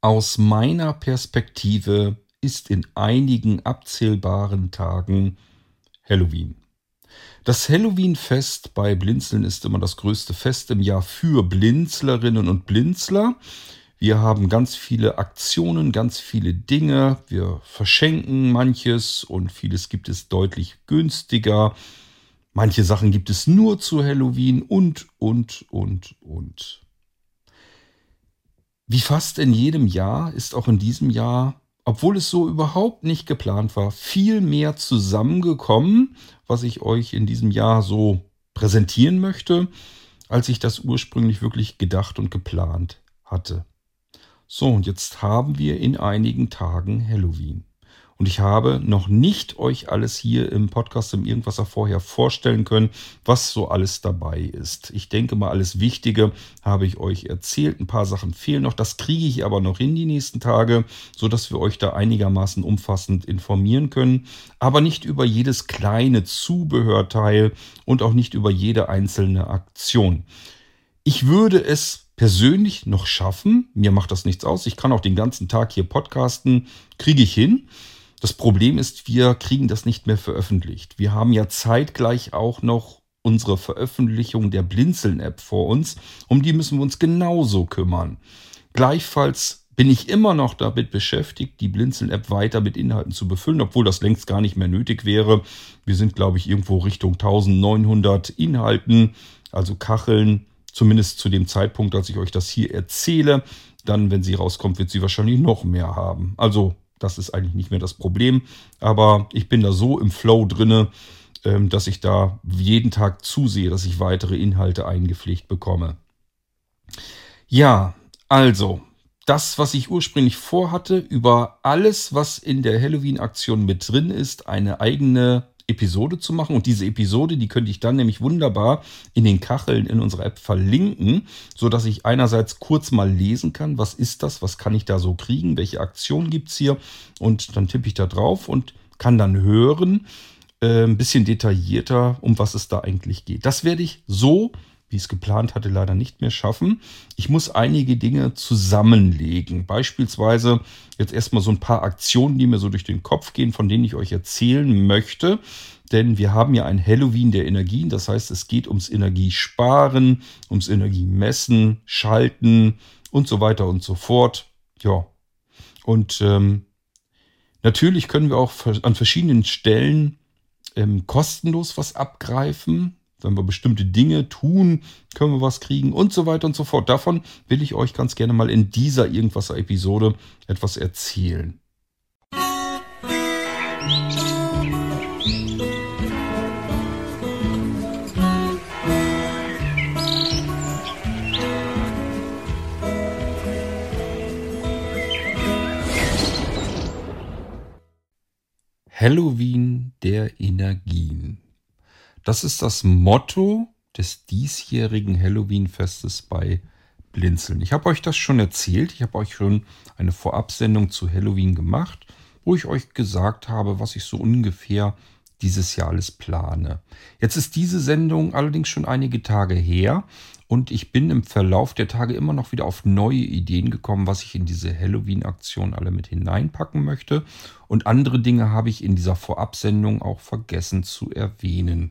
Aus meiner Perspektive ist in einigen abzählbaren Tagen Halloween. Das Halloween-Fest bei Blinzeln ist immer das größte Fest im Jahr für Blinzlerinnen und Blinzler. Wir haben ganz viele Aktionen, ganz viele Dinge. Wir verschenken manches und vieles gibt es deutlich günstiger. Manche Sachen gibt es nur zu Halloween und. Wie fast in jedem Jahr ist auch in diesem Jahr, obwohl es so überhaupt nicht geplant war, viel mehr zusammengekommen, was ich euch in diesem Jahr so präsentieren möchte, als ich das ursprünglich wirklich gedacht und geplant hatte. So, und jetzt haben wir in einigen Tagen Halloween. Und ich habe noch nicht euch alles hier im Podcast im Irgendwasser vorher vorstellen können, was so alles dabei ist. Ich denke mal, alles Wichtige habe ich euch erzählt. Ein paar Sachen fehlen noch. Das kriege ich aber noch in die nächsten Tage, sodass wir euch da einigermaßen umfassend informieren können. Aber nicht über jedes kleine Zubehörteil und auch nicht über jede einzelne Aktion. Ich würde es persönlich noch schaffen. Mir macht das nichts aus. Ich kann auch den ganzen Tag hier podcasten. Kriege ich hin. Das Problem ist, wir kriegen das nicht mehr veröffentlicht. Wir haben ja zeitgleich auch noch unsere Veröffentlichung der Blinzeln-App vor uns. Um die müssen wir uns genauso kümmern. Gleichfalls bin ich immer noch damit beschäftigt, die Blinzeln-App weiter mit Inhalten zu befüllen, obwohl das längst gar nicht mehr nötig wäre. Wir sind, glaube ich, irgendwo Richtung 1900 Inhalten, also Kacheln, zumindest zu dem Zeitpunkt, als ich euch das hier erzähle. Dann, wenn sie rauskommt, wird sie wahrscheinlich noch mehr haben. Also das ist eigentlich nicht mehr das Problem, aber ich bin da so im Flow drinne, dass ich da jeden Tag zusehe, dass ich weitere Inhalte eingepflegt bekomme. Ja, also das, was ich ursprünglich vorhatte, über alles, was in der Halloween-Aktion mit drin ist, eine eigene Episode zu machen. Und diese Episode, die könnte ich dann nämlich wunderbar in den Kacheln in unserer App verlinken, sodass ich einerseits kurz mal lesen kann, was ist das, was kann ich da so kriegen, welche Aktion gibt es hier, und dann tippe ich da drauf und kann dann hören, ein bisschen detaillierter, um was es da eigentlich geht. Das werde ich so, wie ich es geplant hatte, leider nicht mehr schaffen. Ich muss einige Dinge zusammenlegen. Beispielsweise jetzt erstmal so ein paar Aktionen, die mir so durch den Kopf gehen, von denen ich euch erzählen möchte. Denn wir haben ja ein Halloween der Energien. Das heißt, es geht ums Energiesparen, ums Energiemessen, Schalten und so weiter und so fort. Ja, und natürlich können wir auch an verschiedenen Stellen kostenlos was abgreifen. Wenn wir bestimmte Dinge tun, können wir was kriegen und so weiter und so fort. Davon will ich euch ganz gerne mal in dieser Irgendwas-Episode etwas erzählen. Halloween der Energien. Das ist das Motto des diesjährigen Halloween-Festes bei Blinzeln. Ich habe euch das schon erzählt. Ich habe euch schon eine Vorabsendung zu Halloween gemacht, wo ich euch gesagt habe, was ich so ungefähr dieses Jahr alles plane. Jetzt ist diese Sendung allerdings schon einige Tage her und ich bin im Verlauf der Tage immer noch wieder auf neue Ideen gekommen, was ich in diese Halloween-Aktion alle mit hineinpacken möchte. Und andere Dinge habe ich in dieser Vorabsendung auch vergessen zu erwähnen.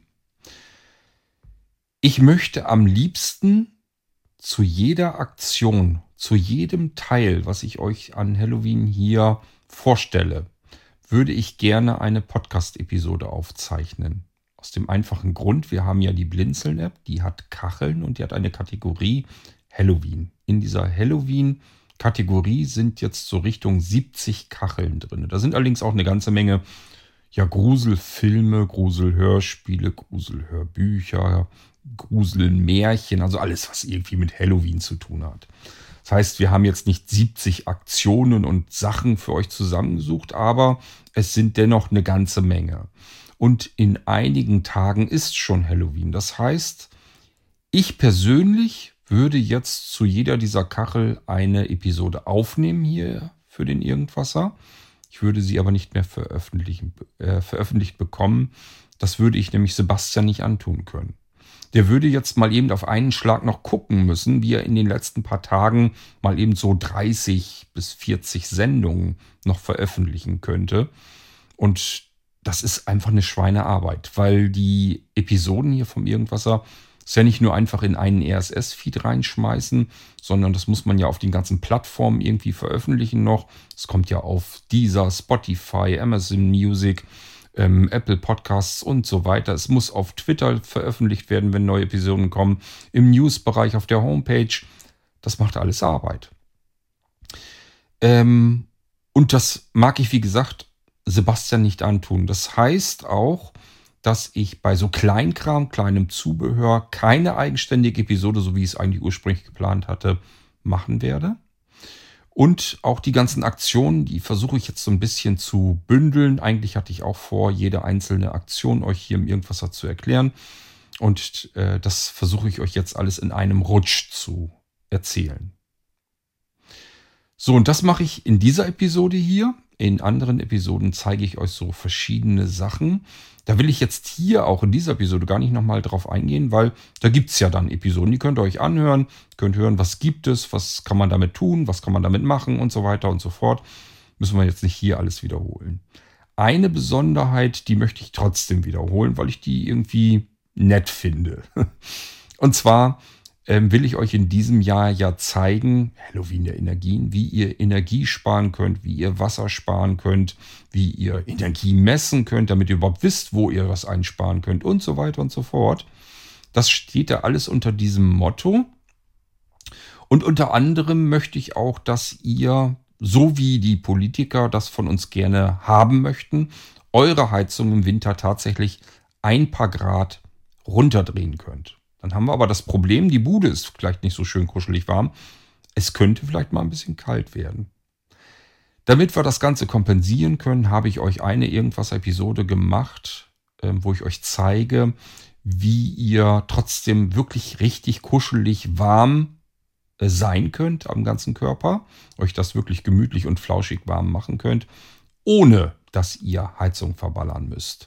Ich möchte am liebsten zu jeder Aktion, zu jedem Teil, was ich euch an Halloween hier vorstelle, würde ich gerne eine Podcast-Episode aufzeichnen. Aus dem einfachen Grund, wir haben ja die Blinzeln-App, die hat Kacheln und die hat eine Kategorie Halloween. In dieser Halloween-Kategorie sind jetzt so Richtung 70 Kacheln drin. Da sind allerdings auch eine ganze Menge Gruselfilme, Gruselhörspiele, Gruselhörbücher, Gruselmärchen, also alles, was irgendwie mit Halloween zu tun hat. Das heißt, wir haben jetzt nicht 70 Aktionen und Sachen für euch zusammengesucht, aber es sind dennoch eine ganze Menge. Und in einigen Tagen ist schon Halloween. Das heißt, ich persönlich würde jetzt zu jeder dieser Kachel eine Episode aufnehmen hier für den Irgendwasser. Ich würde sie aber nicht mehr veröffentlicht bekommen. Das würde ich nämlich Sebastian nicht antun können. der würde jetzt mal eben auf einen Schlag noch gucken müssen, wie er in den letzten paar Tagen mal eben so 30 bis 40 Sendungen noch veröffentlichen könnte. Und das ist einfach eine Schweinearbeit, weil die Episoden hier vom Irgendwasser ist ja nicht nur einfach in einen RSS-Feed reinschmeißen, sondern das muss man ja auf den ganzen Plattformen irgendwie veröffentlichen noch. Es kommt ja auf Deezer, Spotify, Amazon Music, Apple Podcasts und so weiter. Es muss auf Twitter veröffentlicht werden, wenn neue Episoden kommen. Im News-Bereich auf der Homepage. Das macht alles Arbeit. Und das mag ich, wie gesagt, Sebastian nicht antun. Das heißt auch, dass ich bei so Kleinkram, kleinem Zubehör keine eigenständige Episode, so wie ich es eigentlich ursprünglich geplant hatte, machen werde. Und auch die ganzen Aktionen, die versuche ich jetzt so ein bisschen zu bündeln. Eigentlich hatte ich auch vor, jede einzelne Aktion euch hier im Irgendwasser zu erklären. Und das versuche ich euch jetzt alles in einem Rutsch zu erzählen. So, und das mache ich in dieser Episode hier. In anderen Episoden zeige ich euch so verschiedene Sachen. Da will ich jetzt hier auch in dieser Episode gar nicht nochmal drauf eingehen, weil da gibt es ja dann Episoden, die könnt ihr euch anhören, könnt hören, was gibt es, was kann man damit tun, was kann man damit machen und so weiter und so fort. Müssen wir jetzt nicht hier alles wiederholen. Eine Besonderheit, die möchte ich trotzdem wiederholen, weil ich die irgendwie nett finde. Und zwar will ich euch in diesem Jahr ja zeigen, Halloween der Energien, wie ihr Energie sparen könnt, wie ihr Wasser sparen könnt, wie ihr Energie messen könnt, damit ihr überhaupt wisst, wo ihr was einsparen könnt und so weiter und so fort. Das steht da alles unter diesem Motto. Und unter anderem möchte ich auch, dass ihr, so wie die Politiker das von uns gerne haben möchten, eure Heizung im Winter tatsächlich ein paar Grad runterdrehen könnt. Dann haben wir aber das Problem, die Bude ist vielleicht nicht so schön kuschelig warm. Es könnte vielleicht mal ein bisschen kalt werden. Damit wir das Ganze kompensieren können, habe ich euch eine Irgendwas-Episode gemacht, wo ich euch zeige, wie ihr trotzdem wirklich richtig kuschelig warm sein könnt am ganzen Körper. Euch das wirklich gemütlich und flauschig warm machen könnt, ohne dass ihr Heizung verballern müsst.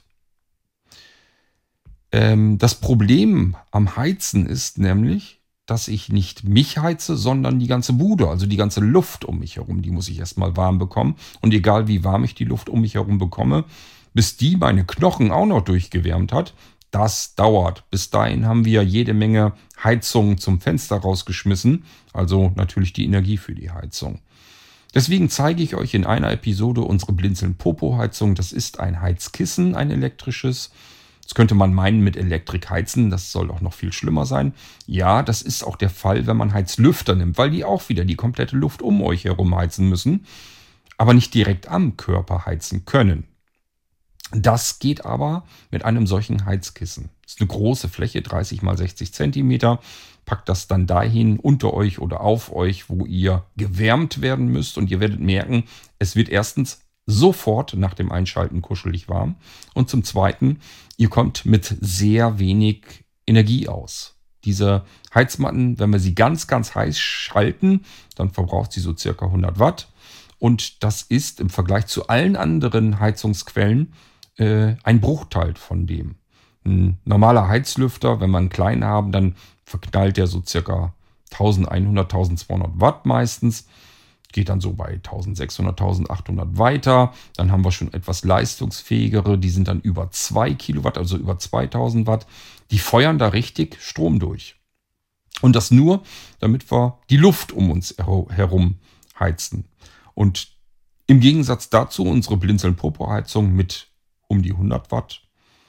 Das Problem am Heizen ist nämlich, dass ich nicht mich heize, sondern die ganze Bude, also die ganze Luft um mich herum, die muss ich erstmal warm bekommen. Und egal wie warm ich die Luft um mich herum bekomme, bis die meine Knochen auch noch durchgewärmt hat, das dauert. Bis dahin haben wir jede Menge Heizungen zum Fenster rausgeschmissen, also natürlich die Energie für die Heizung. Deswegen zeige ich euch in einer Episode unsere Blinzeln-Popo-Heizung. Das ist ein Heizkissen, ein elektrisches. Das könnte man meinen mit Elektrik heizen, das soll auch noch viel schlimmer sein. Ja, das ist auch der Fall, wenn man Heizlüfter nimmt, weil die auch wieder die komplette Luft um euch herum heizen müssen, aber nicht direkt am Körper heizen können. Das geht aber mit einem solchen Heizkissen. Das ist eine große Fläche, 30 mal 60 Zentimeter. Packt das dann dahin unter euch oder auf euch, wo ihr gewärmt werden müsst. Und ihr werdet merken, es wird erstens sofort nach dem Einschalten kuschelig warm. Und zum Zweiten, ihr kommt mit sehr wenig Energie aus. Diese Heizmatten, wenn wir sie ganz, ganz heiß schalten, dann verbraucht sie so circa 100 Watt. Und das ist im Vergleich zu allen anderen Heizungsquellen ein Bruchteil von dem. Ein normaler Heizlüfter, wenn wir einen kleinen haben, dann verknallt der so circa 1100, 1200 Watt meistens. Geht dann so bei 1600, 1800 weiter. Dann haben wir schon etwas leistungsfähigere, die sind dann über 2 Kilowatt, also über 2000 Watt. Die feuern da richtig Strom durch. Und das nur, damit wir die Luft um uns herum heizen. Und im Gegensatz dazu unsere Blinzeln-Popo-Heizung mit um die 100 Watt.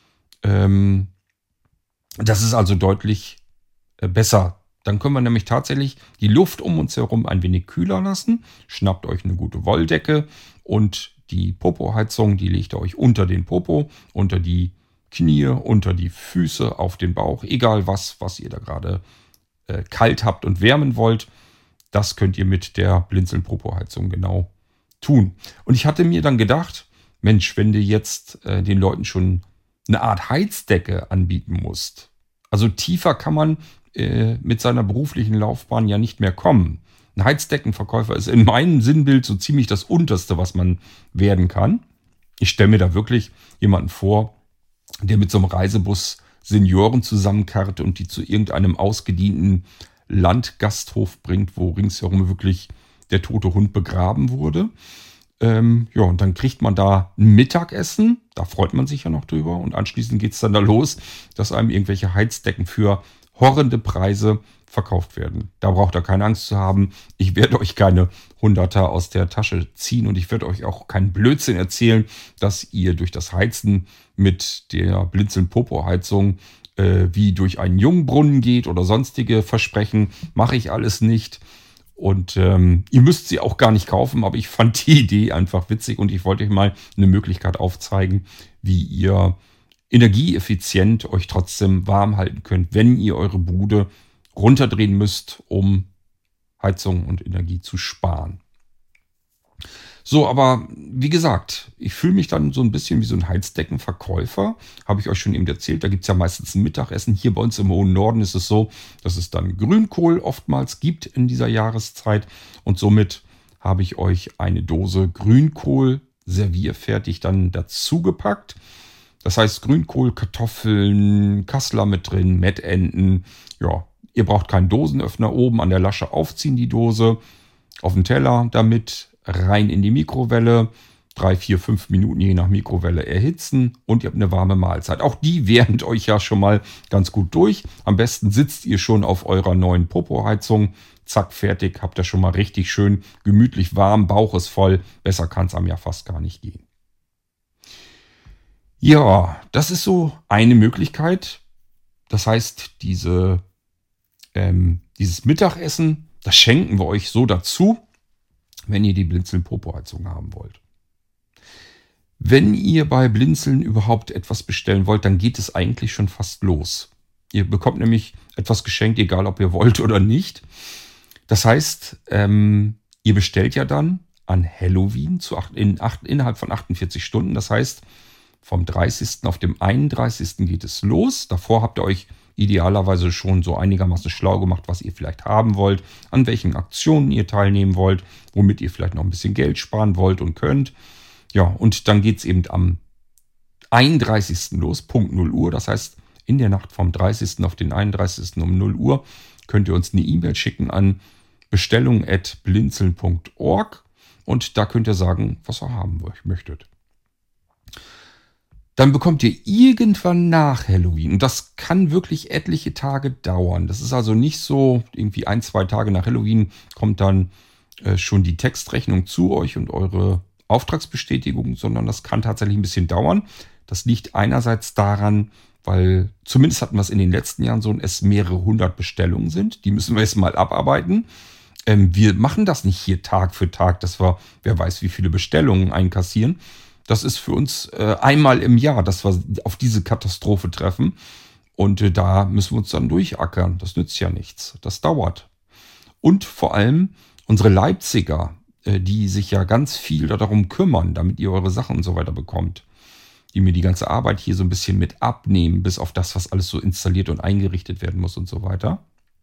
Das ist also deutlich besser. Dann können wir nämlich tatsächlich die Luft um uns herum ein wenig kühler lassen. Schnappt euch eine gute Wolldecke und die Popo-Heizung, die legt ihr euch unter den Popo, unter die Knie, unter die Füße, auf den Bauch. Egal was ihr da gerade kalt habt und wärmen wollt. Das könnt ihr mit der Blinzeln-Popo-Heizung genau tun. Und ich hatte mir dann gedacht, Mensch, wenn du jetzt den Leuten schon eine Art Heizdecke anbieten musst, also tiefer kann man mit seiner beruflichen Laufbahn ja nicht mehr kommen. Ein Heizdeckenverkäufer ist in meinem Sinnbild so ziemlich das Unterste, was man werden kann. Ich stelle mir da wirklich jemanden vor, der mit so einem Reisebus Senioren zusammenkarrt und die zu irgendeinem ausgedienten Landgasthof bringt, wo ringsherum wirklich der tote Hund begraben wurde. Ja, und dann kriegt man da ein Mittagessen. Da freut man sich ja noch drüber. Und anschließend geht es dann da los, dass einem irgendwelche Heizdecken für horrende Preise verkauft werden. Da braucht ihr keine Angst zu haben. Ich werde euch keine Hunderter aus der Tasche ziehen und ich werde euch auch keinen Blödsinn erzählen, dass ihr durch das Heizen mit der Blinzeln-Popo-Heizung wie durch einen Jungbrunnen geht oder sonstige Versprechen. Mache ich alles nicht. Und ihr müsst sie auch gar nicht kaufen, aber ich fand die Idee einfach witzig und ich wollte euch mal eine Möglichkeit aufzeigen, wie ihr energieeffizient euch trotzdem warm halten könnt, wenn ihr eure Bude runterdrehen müsst, um Heizung und Energie zu sparen. So, aber wie gesagt, ich fühle mich dann so ein bisschen wie so ein Heizdeckenverkäufer. Habe ich euch schon eben erzählt. Da gibt es ja meistens ein Mittagessen. Hier bei uns im hohen Norden ist es so, dass es dann Grünkohl oftmals gibt in dieser Jahreszeit. Und somit habe ich euch eine Dose Grünkohl servierfertig dann dazu gepackt. Das heißt Grünkohl, Kartoffeln, Kassler mit drin, Mettenten. Ja, ihr braucht keinen Dosenöffner. Oben an der Lasche aufziehen die Dose, auf den Teller damit, rein in die Mikrowelle, 3, 4, 5 Minuten je nach Mikrowelle erhitzen und ihr habt eine warme Mahlzeit. Auch die wärmt euch ja schon mal ganz gut durch. Am besten sitzt ihr schon auf eurer neuen Popo-Heizung. Zack, fertig, habt ihr schon mal richtig schön gemütlich warm, Bauch ist voll. Besser kann es einem ja fast gar nicht gehen. Ja, das ist so eine Möglichkeit. Das heißt, dieses Mittagessen, das schenken wir euch so dazu, wenn ihr die Blinzeln-Popo-Heizung haben wollt. Wenn ihr bei Blinzeln überhaupt etwas bestellen wollt, dann geht es eigentlich schon fast los. Ihr bekommt nämlich etwas geschenkt, egal ob ihr wollt oder nicht. Das heißt, ihr bestellt ja dann an Halloween innerhalb von 48 Stunden. Das heißt, vom 30. auf dem 31. geht es los. Davor habt ihr euch idealerweise schon so einigermaßen schlau gemacht, was ihr vielleicht haben wollt, an welchen Aktionen ihr teilnehmen wollt, womit ihr vielleicht noch ein bisschen Geld sparen wollt und könnt. Ja, und dann geht es eben am 31. los, Punkt 0 Uhr. Das heißt, in der Nacht vom 30. auf den 31. um 0 Uhr könnt ihr uns eine E-Mail schicken an bestellung@blinzeln.org und da könnt ihr sagen, was ihr haben möchtet. Dann bekommt ihr irgendwann nach Halloween, und das kann wirklich etliche Tage dauern. Das ist also nicht so, irgendwie 1, 2 Tage nach Halloween kommt dann schon die Textrechnung zu euch und eure Auftragsbestätigung, sondern das kann tatsächlich ein bisschen dauern. Das liegt einerseits daran, weil zumindest hatten wir es in den letzten Jahren so, es mehrere hundert Bestellungen sind. Die müssen wir jetzt mal abarbeiten. Wir machen das nicht hier Tag für Tag, dass wir, wer weiß, wie viele Bestellungen einkassieren. Das ist für uns einmal im Jahr, dass wir auf diese Katastrophe treffen. Und da müssen wir uns dann durchackern. Das nützt ja nichts. Das dauert. Und vor allem unsere Leipziger, die sich ja ganz viel darum kümmern, damit ihr eure Sachen und so weiter bekommt, die mir die ganze Arbeit hier so ein bisschen mit abnehmen, bis auf das, was alles so installiert und eingerichtet werden muss und so weiter.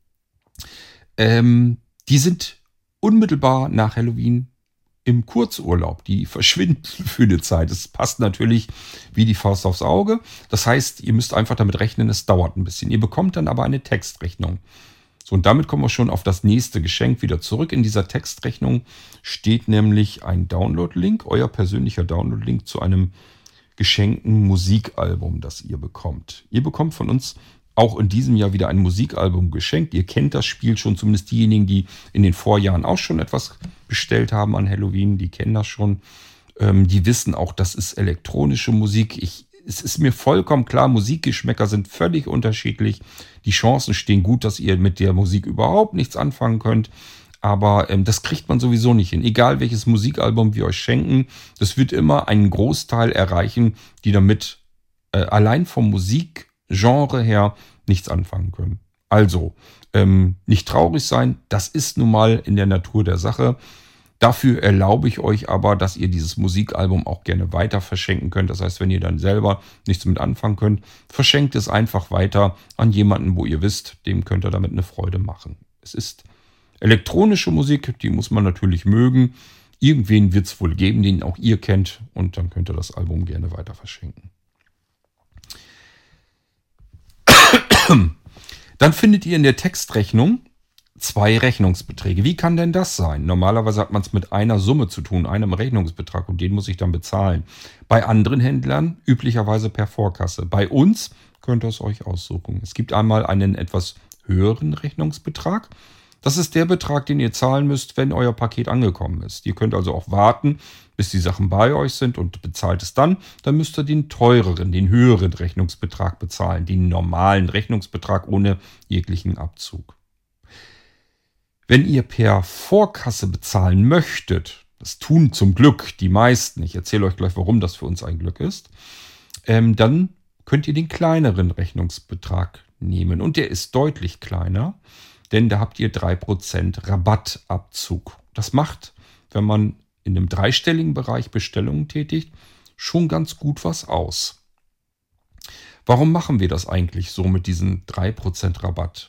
Die sind unmittelbar nach Halloween im Kurzurlaub. Die verschwinden für eine Zeit. Es passt natürlich wie die Faust aufs Auge. Das heißt, ihr müsst einfach damit rechnen, es dauert ein bisschen. Ihr bekommt dann aber eine Textrechnung. So, und damit kommen wir schon auf das nächste Geschenk wieder zurück. In dieser Textrechnung steht nämlich ein Download-Link, euer persönlicher Download-Link zu einem geschenkten Musikalbum, das ihr bekommt. Ihr bekommt von uns auch in diesem Jahr wieder ein Musikalbum geschenkt. Ihr kennt das Spiel schon, zumindest diejenigen, die in den Vorjahren auch schon etwas bestellt haben an Halloween, die kennen das schon. Die wissen auch, das ist elektronische Musik. Es ist mir vollkommen klar, Musikgeschmäcker sind völlig unterschiedlich. Die Chancen stehen gut, dass ihr mit der Musik überhaupt nichts anfangen könnt. Aber das kriegt man sowieso nicht hin. Egal welches Musikalbum wir euch schenken, das wird immer einen Großteil erreichen, die damit allein vom Musikgenre her nichts anfangen können. Also, nicht traurig sein, das ist nun mal in der Natur der Sache. Dafür erlaube ich euch aber, dass ihr dieses Musikalbum auch gerne weiter verschenken könnt. Das heißt, wenn ihr dann selber nichts mit anfangen könnt, verschenkt es einfach weiter an jemanden, wo ihr wisst, dem könnt ihr damit eine Freude machen. Es ist elektronische Musik, die muss man natürlich mögen. Irgendwen wird es wohl geben, den auch ihr kennt, und dann könnt ihr das Album gerne weiter verschenken. Dann findet ihr in der Textrechnung 2 Rechnungsbeträge. Wie kann denn das sein? Normalerweise hat man es mit einer Summe zu tun, einem Rechnungsbetrag, und den muss ich dann bezahlen. Bei anderen Händlern üblicherweise per Vorkasse. Bei uns könnt ihr es euch aussuchen. Es gibt einmal einen etwas höheren Rechnungsbetrag. Das ist der Betrag, den ihr zahlen müsst, wenn euer Paket angekommen ist. Ihr könnt also auch warten, bis die Sachen bei euch sind und bezahlt es dann. Dann müsst ihr den teureren, den höheren Rechnungsbetrag bezahlen. Den normalen Rechnungsbetrag ohne jeglichen Abzug. Wenn ihr per Vorkasse bezahlen möchtet, das tun zum Glück die meisten, ich erzähle euch gleich, warum das für uns ein Glück ist, dann könnt ihr den kleineren Rechnungsbetrag nehmen. Und der ist deutlich kleiner, denn da habt ihr 3% Rabattabzug. Das macht, wenn man in einem dreistelligen Bereich Bestellungen tätigt, schon ganz gut was aus. Warum machen wir das eigentlich so mit diesen 3% Rabatt?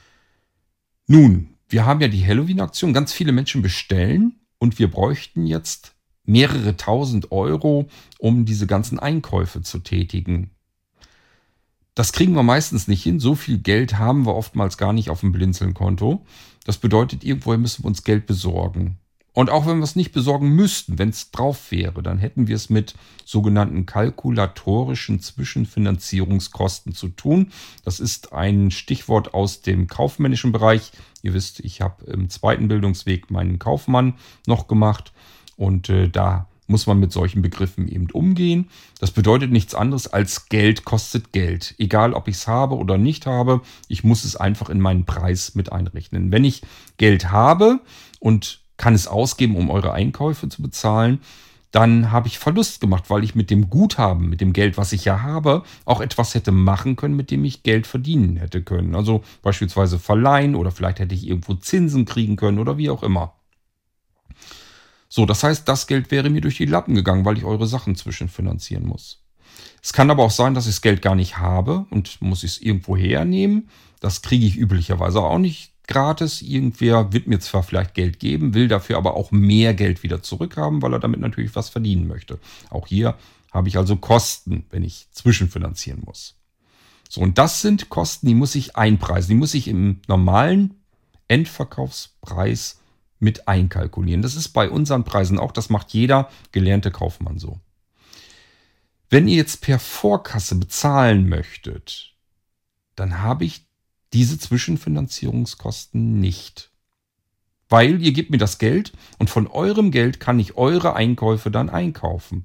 Nun, wir haben ja die Halloween-Aktion, ganz viele Menschen bestellen und wir bräuchten jetzt mehrere tausend Euro, um diese ganzen Einkäufe zu tätigen. Das kriegen wir meistens nicht hin. So viel Geld haben wir oftmals gar nicht auf dem Blinzeln-Konto. Das bedeutet, irgendwoher müssen wir uns Geld besorgen. Und auch wenn wir es nicht besorgen müssten, wenn es drauf wäre, dann hätten wir es mit sogenannten kalkulatorischen Zwischenfinanzierungskosten zu tun. Das ist ein Stichwort aus dem kaufmännischen Bereich. Ihr wisst, ich habe im zweiten Bildungsweg meinen Kaufmann noch gemacht und da muss man mit solchen Begriffen eben umgehen. Das bedeutet nichts anderes als Geld kostet Geld. Egal, ob ich es habe oder nicht habe, ich muss es einfach in meinen Preis mit einrechnen. Wenn ich Geld habe und kann es ausgeben, um eure Einkäufe zu bezahlen, dann habe ich Verlust gemacht, weil ich mit dem Guthaben, mit dem Geld, was ich ja habe, auch etwas hätte machen können, mit dem ich Geld verdienen hätte können. Also beispielsweise verleihen oder vielleicht hätte ich irgendwo Zinsen kriegen können oder wie auch immer. So, das heißt, das Geld wäre mir durch die Lappen gegangen, weil ich eure Sachen zwischenfinanzieren muss. Es kann aber auch sein, dass ich das Geld gar nicht habe und muss es irgendwo hernehmen. Das kriege ich üblicherweise auch nicht gratis. Irgendwer wird mir zwar vielleicht Geld geben, will dafür aber auch mehr Geld wieder zurückhaben, weil er damit natürlich was verdienen möchte. Auch hier habe ich also Kosten, wenn ich zwischenfinanzieren muss. So, und das sind Kosten, die muss ich einpreisen. Die muss ich im normalen Endverkaufspreis mit einkalkulieren. Das ist bei unseren Preisen auch, das macht jeder gelernte Kaufmann so. Wenn ihr jetzt per Vorkasse bezahlen möchtet, dann habe ich diese Zwischenfinanzierungskosten nicht. Weil ihr gebt mir das Geld und von eurem Geld kann ich eure Einkäufe dann einkaufen.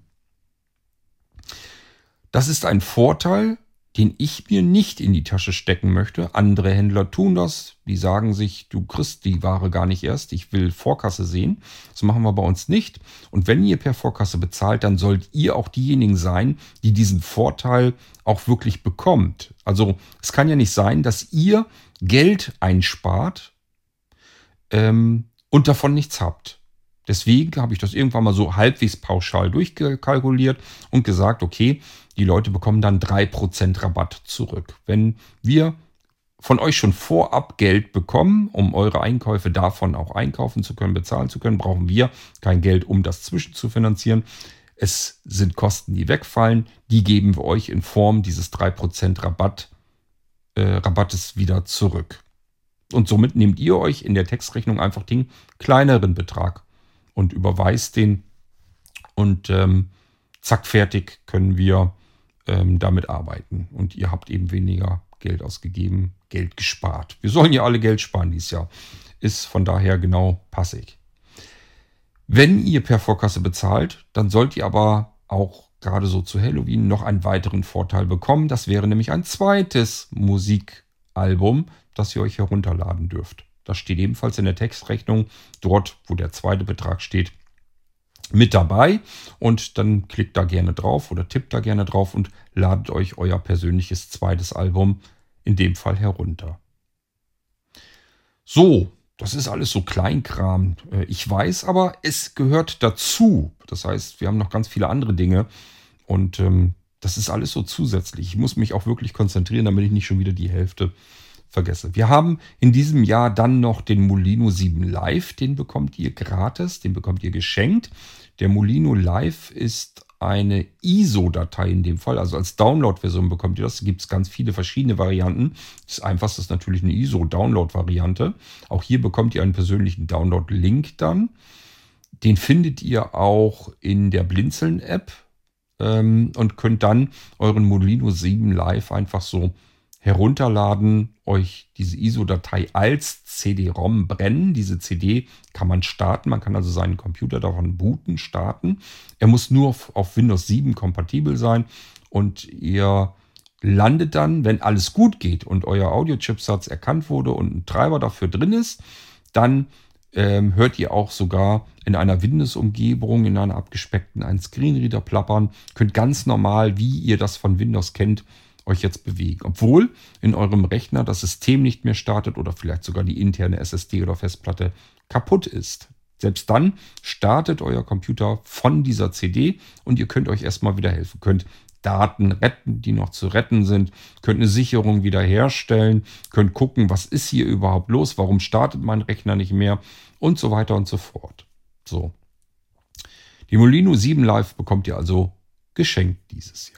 Das ist ein Vorteil, den ich mir nicht in die Tasche stecken möchte. Andere Händler tun das. Die sagen sich, du kriegst die Ware gar nicht erst. Ich will Vorkasse sehen. Das machen wir bei uns nicht. Und wenn ihr per Vorkasse bezahlt, dann sollt ihr auch diejenigen sein, die diesen Vorteil auch wirklich bekommt. Also es kann ja nicht sein, dass ihr Geld einspart und davon nichts habt. Deswegen habe ich das irgendwann mal so halbwegs pauschal durchkalkuliert und gesagt, okay, die Leute bekommen dann 3% Rabatt zurück. Wenn wir von euch schon vorab Geld bekommen, um eure Einkäufe davon auch einkaufen zu können, bezahlen zu können, brauchen wir kein Geld, um das zwischen zu finanzieren. Es sind Kosten, die wegfallen. Die geben wir euch in Form dieses 3% Rabattes wieder zurück. Und somit nehmt ihr euch in der Textrechnung einfach den kleineren Betrag und überweist den und zack, fertig können wir damit arbeiten. Und ihr habt eben weniger Geld ausgegeben, Geld gespart. Wir sollen ja alle Geld sparen dieses Jahr. Ist von daher genau passig. Wenn ihr per Vorkasse bezahlt, dann sollt ihr aber auch gerade so zu Halloween noch einen weiteren Vorteil bekommen. Das wäre nämlich ein zweites Musikalbum, das ihr euch herunterladen dürft. Das steht ebenfalls in der Textrechnung, dort wo der zweite Betrag steht, mit dabei. Und dann klickt da gerne drauf oder tippt da gerne drauf und ladet euch euer persönliches zweites Album in dem Fall herunter. So, das ist alles so Kleinkram. Ich weiß aber, es gehört dazu. Das heißt, wir haben noch ganz viele andere Dinge und das ist alles so zusätzlich. Ich muss mich auch wirklich konzentrieren, damit ich nicht schon wieder die Hälfte vergesse. Wir haben in diesem Jahr dann noch den Molino 7 Live. Den bekommt ihr gratis, den bekommt ihr geschenkt. Der Molino Live ist eine ISO-Datei in dem Fall, also als Download-Version bekommt ihr das. Da gibt es ganz viele verschiedene Varianten. Das einfachste ist natürlich eine ISO-Download-Variante. Auch hier bekommt ihr einen persönlichen Download-Link dann. Den findet ihr auch in der Blinzeln-App und könnt dann euren Molino 7 Live einfach so herunterladen, euch diese ISO-Datei als CD-ROM brennen. Diese CD kann man starten, man kann also seinen Computer davon booten, starten. Er muss nur auf Windows 7 kompatibel sein und ihr landet dann, wenn alles gut geht und euer Audio-Chipsatz erkannt wurde und ein Treiber dafür drin ist, dann hört ihr auch sogar in einer Windows-Umgebung, in einer abgespeckten, einen Screenreader plappern, könnt ganz normal, wie ihr das von Windows kennt, euch jetzt bewegen. Obwohl in eurem Rechner das System nicht mehr startet oder vielleicht sogar die interne SSD oder Festplatte kaputt ist. Selbst dann startet euer Computer von dieser CD und ihr könnt euch erstmal wieder helfen. Könnt Daten retten, die noch zu retten sind, könnt eine Sicherung wiederherstellen, könnt gucken, was ist hier überhaupt los, warum startet mein Rechner nicht mehr und so weiter und so fort. So. Die Molino 7 Live bekommt ihr also geschenkt dieses Jahr.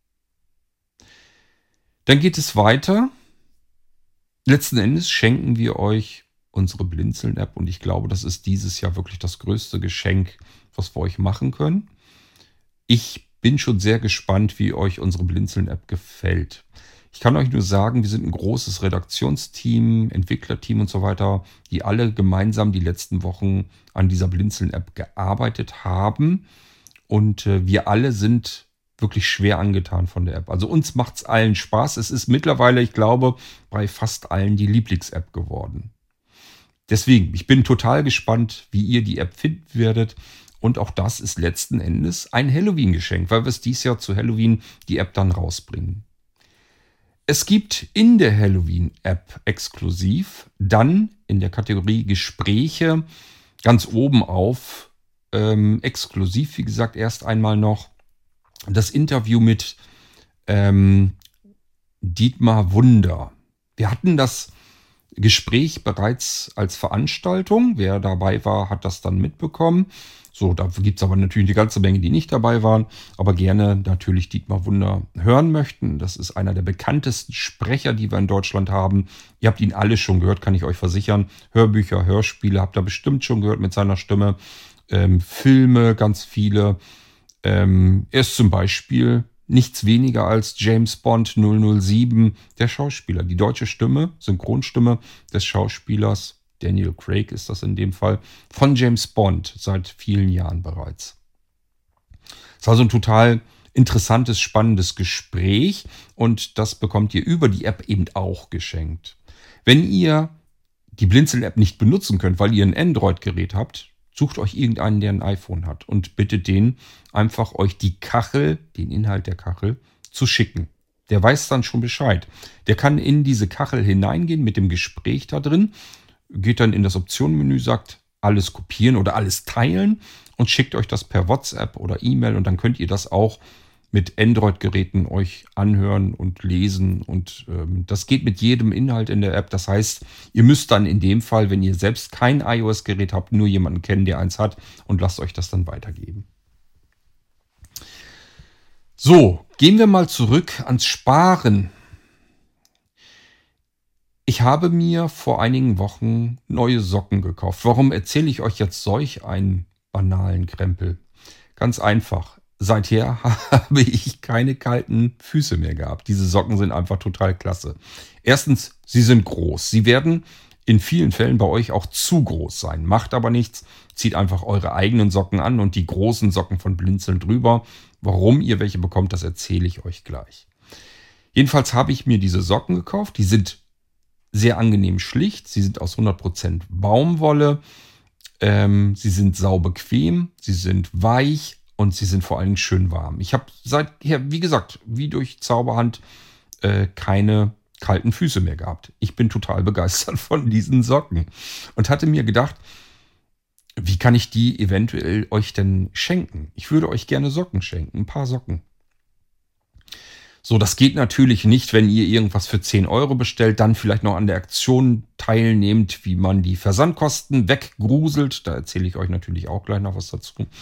Dann geht es weiter. Letzten Endes schenken wir euch unsere Blinzeln-App und ich glaube, das ist dieses Jahr wirklich das größte Geschenk, was wir euch machen können. Ich bin schon sehr gespannt, wie euch unsere Blinzeln-App gefällt. Ich kann euch nur sagen, wir sind ein großes Redaktionsteam, Entwicklerteam und so weiter, die alle gemeinsam die letzten Wochen an dieser Blinzeln-App gearbeitet haben und wir alle sind wirklich schwer angetan von der App. Also uns macht es allen Spaß. Es ist mittlerweile, ich glaube, bei fast allen die Lieblings-App geworden. Deswegen, ich bin total gespannt, wie ihr die App finden werdet. Und auch das ist letzten Endes ein Halloween-Geschenk, weil wir es dieses Jahr zu Halloween die App dann rausbringen. Es gibt in der Halloween-App exklusiv dann in der Kategorie Gespräche ganz oben auf exklusiv, wie gesagt, erst einmal noch das Interview mit Dietmar Wunder. Wir hatten das Gespräch bereits als Veranstaltung. Wer dabei war, hat das dann mitbekommen. So, da gibt es aber natürlich eine ganze Menge, die nicht dabei waren, aber gerne natürlich Dietmar Wunder hören möchten. Das ist einer der bekanntesten Sprecher, die wir in Deutschland haben. Ihr habt ihn alle schon gehört, kann ich euch versichern. Hörbücher, Hörspiele habt ihr bestimmt schon gehört mit seiner Stimme. Filme, ganz viele. Er ist zum Beispiel nichts weniger als James Bond 007, der Schauspieler. Die deutsche Stimme, Synchronstimme des Schauspielers, Daniel Craig ist das in dem Fall, von James Bond seit vielen Jahren bereits. Es war also ein total interessantes, spannendes Gespräch und das bekommt ihr über die App eben auch geschenkt. Wenn ihr die Blinzeln-App nicht benutzen könnt, weil ihr ein Android-Gerät habt, sucht euch irgendeinen, der ein iPhone hat und bittet den einfach euch die Kachel, den Inhalt der Kachel, zu schicken. Der weiß dann schon Bescheid. Der kann in diese Kachel hineingehen mit dem Gespräch da drin, geht dann in das Optionenmenü, sagt alles kopieren oder alles teilen und schickt euch das per WhatsApp oder E-Mail und dann könnt ihr das auch mit Android-Geräten euch anhören und lesen und das geht mit jedem Inhalt in der App. Das heißt, ihr müsst dann in dem Fall, wenn ihr selbst kein iOS-Gerät habt, nur jemanden kennen, der eins hat und lasst euch das dann weitergeben. So, gehen wir mal zurück ans Sparen. Ich habe mir vor einigen Wochen neue Socken gekauft. Warum erzähle ich euch jetzt solch einen banalen Krempel? Ganz einfach. Seither habe ich keine kalten Füße mehr gehabt. Diese Socken sind einfach total klasse. Erstens, sie sind groß. Sie werden in vielen Fällen bei euch auch zu groß sein. Macht aber nichts. Zieht einfach eure eigenen Socken an und die großen Socken von Blinzeln drüber. Warum ihr welche bekommt, das erzähle ich euch gleich. Jedenfalls habe ich mir diese Socken gekauft. Die sind sehr angenehm schlicht. Sie sind aus 100% Baumwolle. Sie sind saubequem. Sie sind weich. Und sie sind vor allem schön warm. Ich habe seither, wie gesagt, wie durch Zauberhand keine kalten Füße mehr gehabt. Ich bin total begeistert von diesen Socken. Und hatte mir gedacht, wie kann ich die eventuell euch denn schenken? Ich würde euch gerne Socken schenken, ein paar Socken. So, das geht natürlich nicht, wenn ihr irgendwas für 10 Euro bestellt, dann vielleicht noch an der Aktion teilnehmt, wie man die Versandkosten weggruselt. Da erzähle ich euch natürlich auch gleich noch was dazu.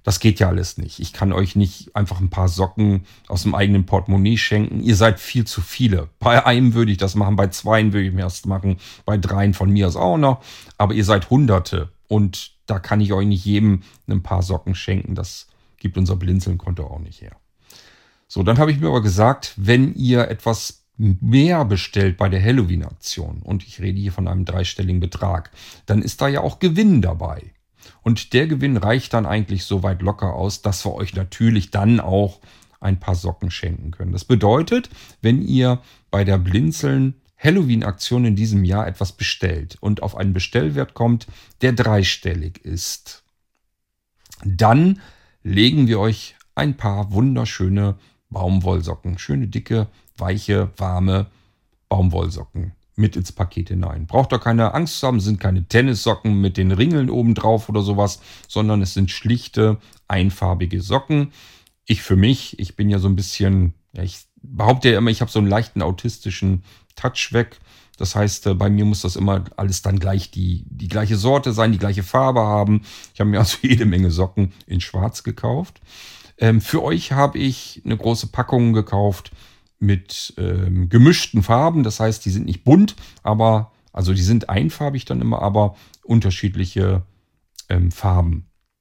Das geht ja alles nicht. Ich kann euch nicht einfach ein paar Socken aus dem eigenen Portemonnaie schenken. Ihr seid viel zu viele. Bei einem würde ich das machen, bei zweien würde ich mir das machen, bei dreien von mir aus auch noch. Aber ihr seid Hunderte und da kann ich euch nicht jedem ein paar Socken schenken. Das gibt unser Blinzeln-Konto auch nicht her. So, dann habe ich mir aber gesagt, wenn ihr etwas mehr bestellt bei der Halloween-Aktion, und ich rede hier von einem dreistelligen Betrag, dann ist da ja auch Gewinn dabei. Und der Gewinn reicht dann eigentlich so weit locker aus, dass wir euch natürlich dann auch ein paar Socken schenken können. Das bedeutet, wenn ihr bei der Blinzeln Halloween-Aktion in diesem Jahr etwas bestellt und auf einen Bestellwert kommt, der dreistellig ist, dann legen wir euch ein paar wunderschöne Baumwollsocken, schöne, dicke, weiche, warme Baumwollsocken mit ins Paket hinein. Braucht ihr keine Angst zu haben, sind keine Tennissocken mit den Ringeln oben drauf oder sowas, sondern es sind schlichte, einfarbige Socken. Ich für mich, ich bin ja so ein bisschen, ja, ich behaupte ja immer, ich habe so einen leichten autistischen Touch weg. Das heißt, bei mir muss das immer alles dann gleich die gleiche Sorte sein, die gleiche Farbe haben. Ich habe mir also jede Menge Socken in Schwarz gekauft. Für euch habe ich eine große Packung gekauft mit gemischten Farben. Das heißt, die sind nicht bunt, aber, also die sind einfarbig dann immer, aber unterschiedliche Farben.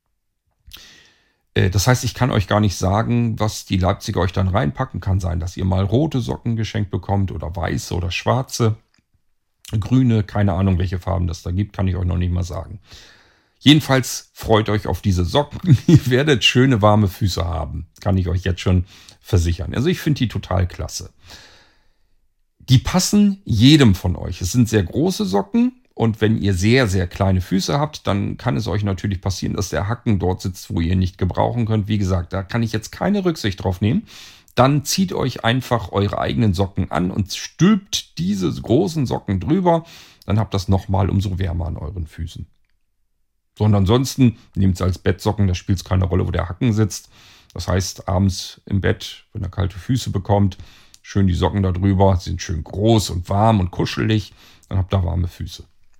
Das heißt, ich kann euch gar nicht sagen, was die Leipziger euch dann reinpacken. Kann sein, dass ihr mal rote Socken geschenkt bekommt oder weiße oder schwarze, grüne, keine Ahnung, welche Farben das da gibt, kann ich euch noch nicht mal sagen. Jedenfalls freut euch auf diese Socken. Ihr werdet schöne warme Füße haben. Kann ich euch jetzt schon versichern. Also ich finde die total klasse. Die passen jedem von euch. Es sind sehr große Socken. Und wenn ihr sehr, sehr kleine Füße habt, dann kann es euch natürlich passieren, dass der Hacken dort sitzt, wo ihr ihn nicht gebrauchen könnt. Wie gesagt, da kann ich jetzt keine Rücksicht drauf nehmen. Dann zieht euch einfach eure eigenen Socken an und stülpt diese großen Socken drüber. Dann habt ihr das nochmal umso wärmer an euren Füßen. So, und ansonsten nehmt es als Bettsocken, da spielt es keine Rolle, wo der Hacken sitzt. Das heißt, abends im Bett, wenn ihr kalte Füße bekommt, schön die Socken da drüber, sind schön groß und warm und kuschelig, dann habt ihr warme Füße.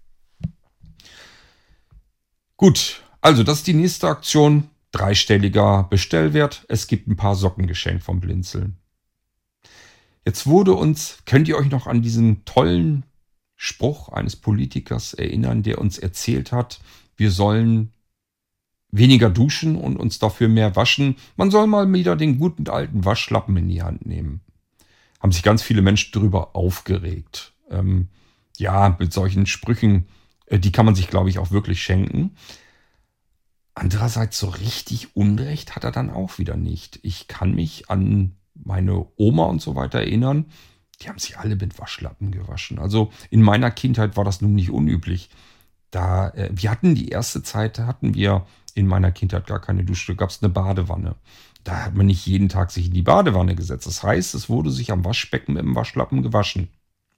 Gut, also das ist die nächste Aktion, dreistelliger Bestellwert. Es gibt ein paar Socken geschenkt vom Blinzeln. Jetzt wurde uns, könnt ihr euch noch an diesen tollen Spruch eines Politikers erinnern, der uns erzählt hat, wir sollen weniger duschen und uns dafür mehr waschen. Man soll mal wieder den guten alten Waschlappen in die Hand nehmen. Haben sich ganz viele Menschen darüber aufgeregt. Ja, mit solchen Sprüchen, die kann man sich, glaube ich, auch wirklich schenken. Andererseits so richtig Unrecht hat er dann auch wieder nicht. Ich kann mich an meine Oma und so weiter erinnern. Die haben sich alle mit Waschlappen gewaschen. Also in meiner Kindheit war das nun nicht unüblich. Wir hatten die erste Zeit, hatten wir in meiner Kindheit gar keine Dusche, gab es eine Badewanne. Da hat man nicht jeden Tag sich in die Badewanne gesetzt. Das heißt, es wurde sich am Waschbecken mit dem Waschlappen gewaschen.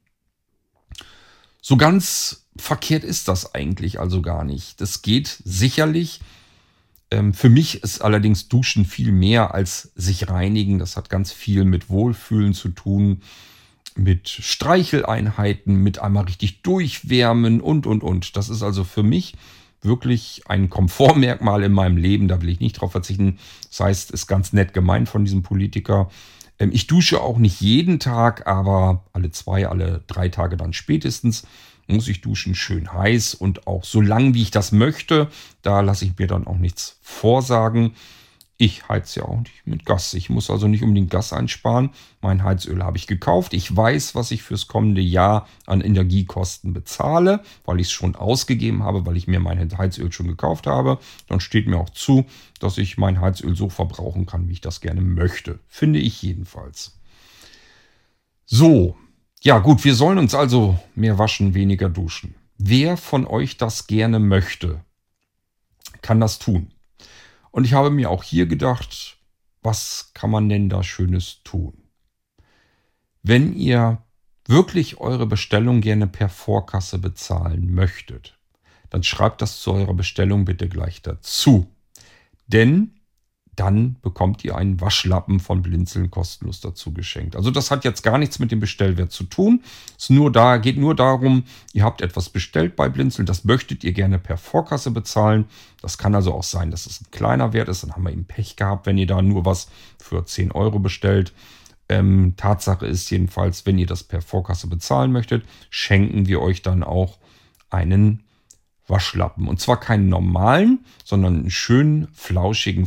So ganz verkehrt ist das eigentlich also gar nicht. Das geht sicherlich. Für mich ist allerdings Duschen viel mehr als sich reinigen. Das hat ganz viel mit Wohlfühlen zu tun, mit Streicheleinheiten, mit einmal richtig durchwärmen und. Das ist also für mich wirklich ein Komfortmerkmal in meinem Leben. Da will ich nicht drauf verzichten. Das heißt, ist ganz nett gemeint von diesem Politiker. Ich dusche auch nicht jeden Tag, aber alle 2, alle 3 Tage dann spätestens muss ich duschen, schön heiß und auch so lang, wie ich das möchte. Da lasse ich mir dann auch nichts vorsagen. Ich heize ja auch nicht mit Gas. Ich muss also nicht unbedingt Gas einsparen. Mein Heizöl habe ich gekauft. Ich weiß, was ich fürs kommende Jahr an Energiekosten bezahle, weil ich es schon ausgegeben habe, weil ich mir mein Heizöl schon gekauft habe. Dann steht mir auch zu, dass ich mein Heizöl so verbrauchen kann, wie ich das gerne möchte. Finde ich jedenfalls. So, ja gut, wir sollen uns also mehr waschen, weniger duschen. Wer von euch das gerne möchte, kann das tun. Und ich habe mir auch hier gedacht, was kann man denn da Schönes tun? Wenn ihr wirklich eure Bestellung gerne per Vorkasse bezahlen möchtet, dann schreibt das zu eurer Bestellung bitte gleich dazu. Denn dann bekommt ihr einen Waschlappen von Blinzeln kostenlos dazu geschenkt. Also das hat jetzt gar nichts mit dem Bestellwert zu tun. Geht nur darum, ihr habt etwas bestellt bei Blinzeln, das möchtet ihr gerne per Vorkasse bezahlen. Das kann also auch sein, dass es ein kleiner Wert ist. Dann haben wir eben Pech gehabt, wenn ihr da nur was für 10 Euro bestellt. Tatsache ist jedenfalls, wenn ihr das per Vorkasse bezahlen möchtet, schenken wir euch dann auch einen Waschlappen. Und zwar keinen normalen, sondern einen schönen, flauschigen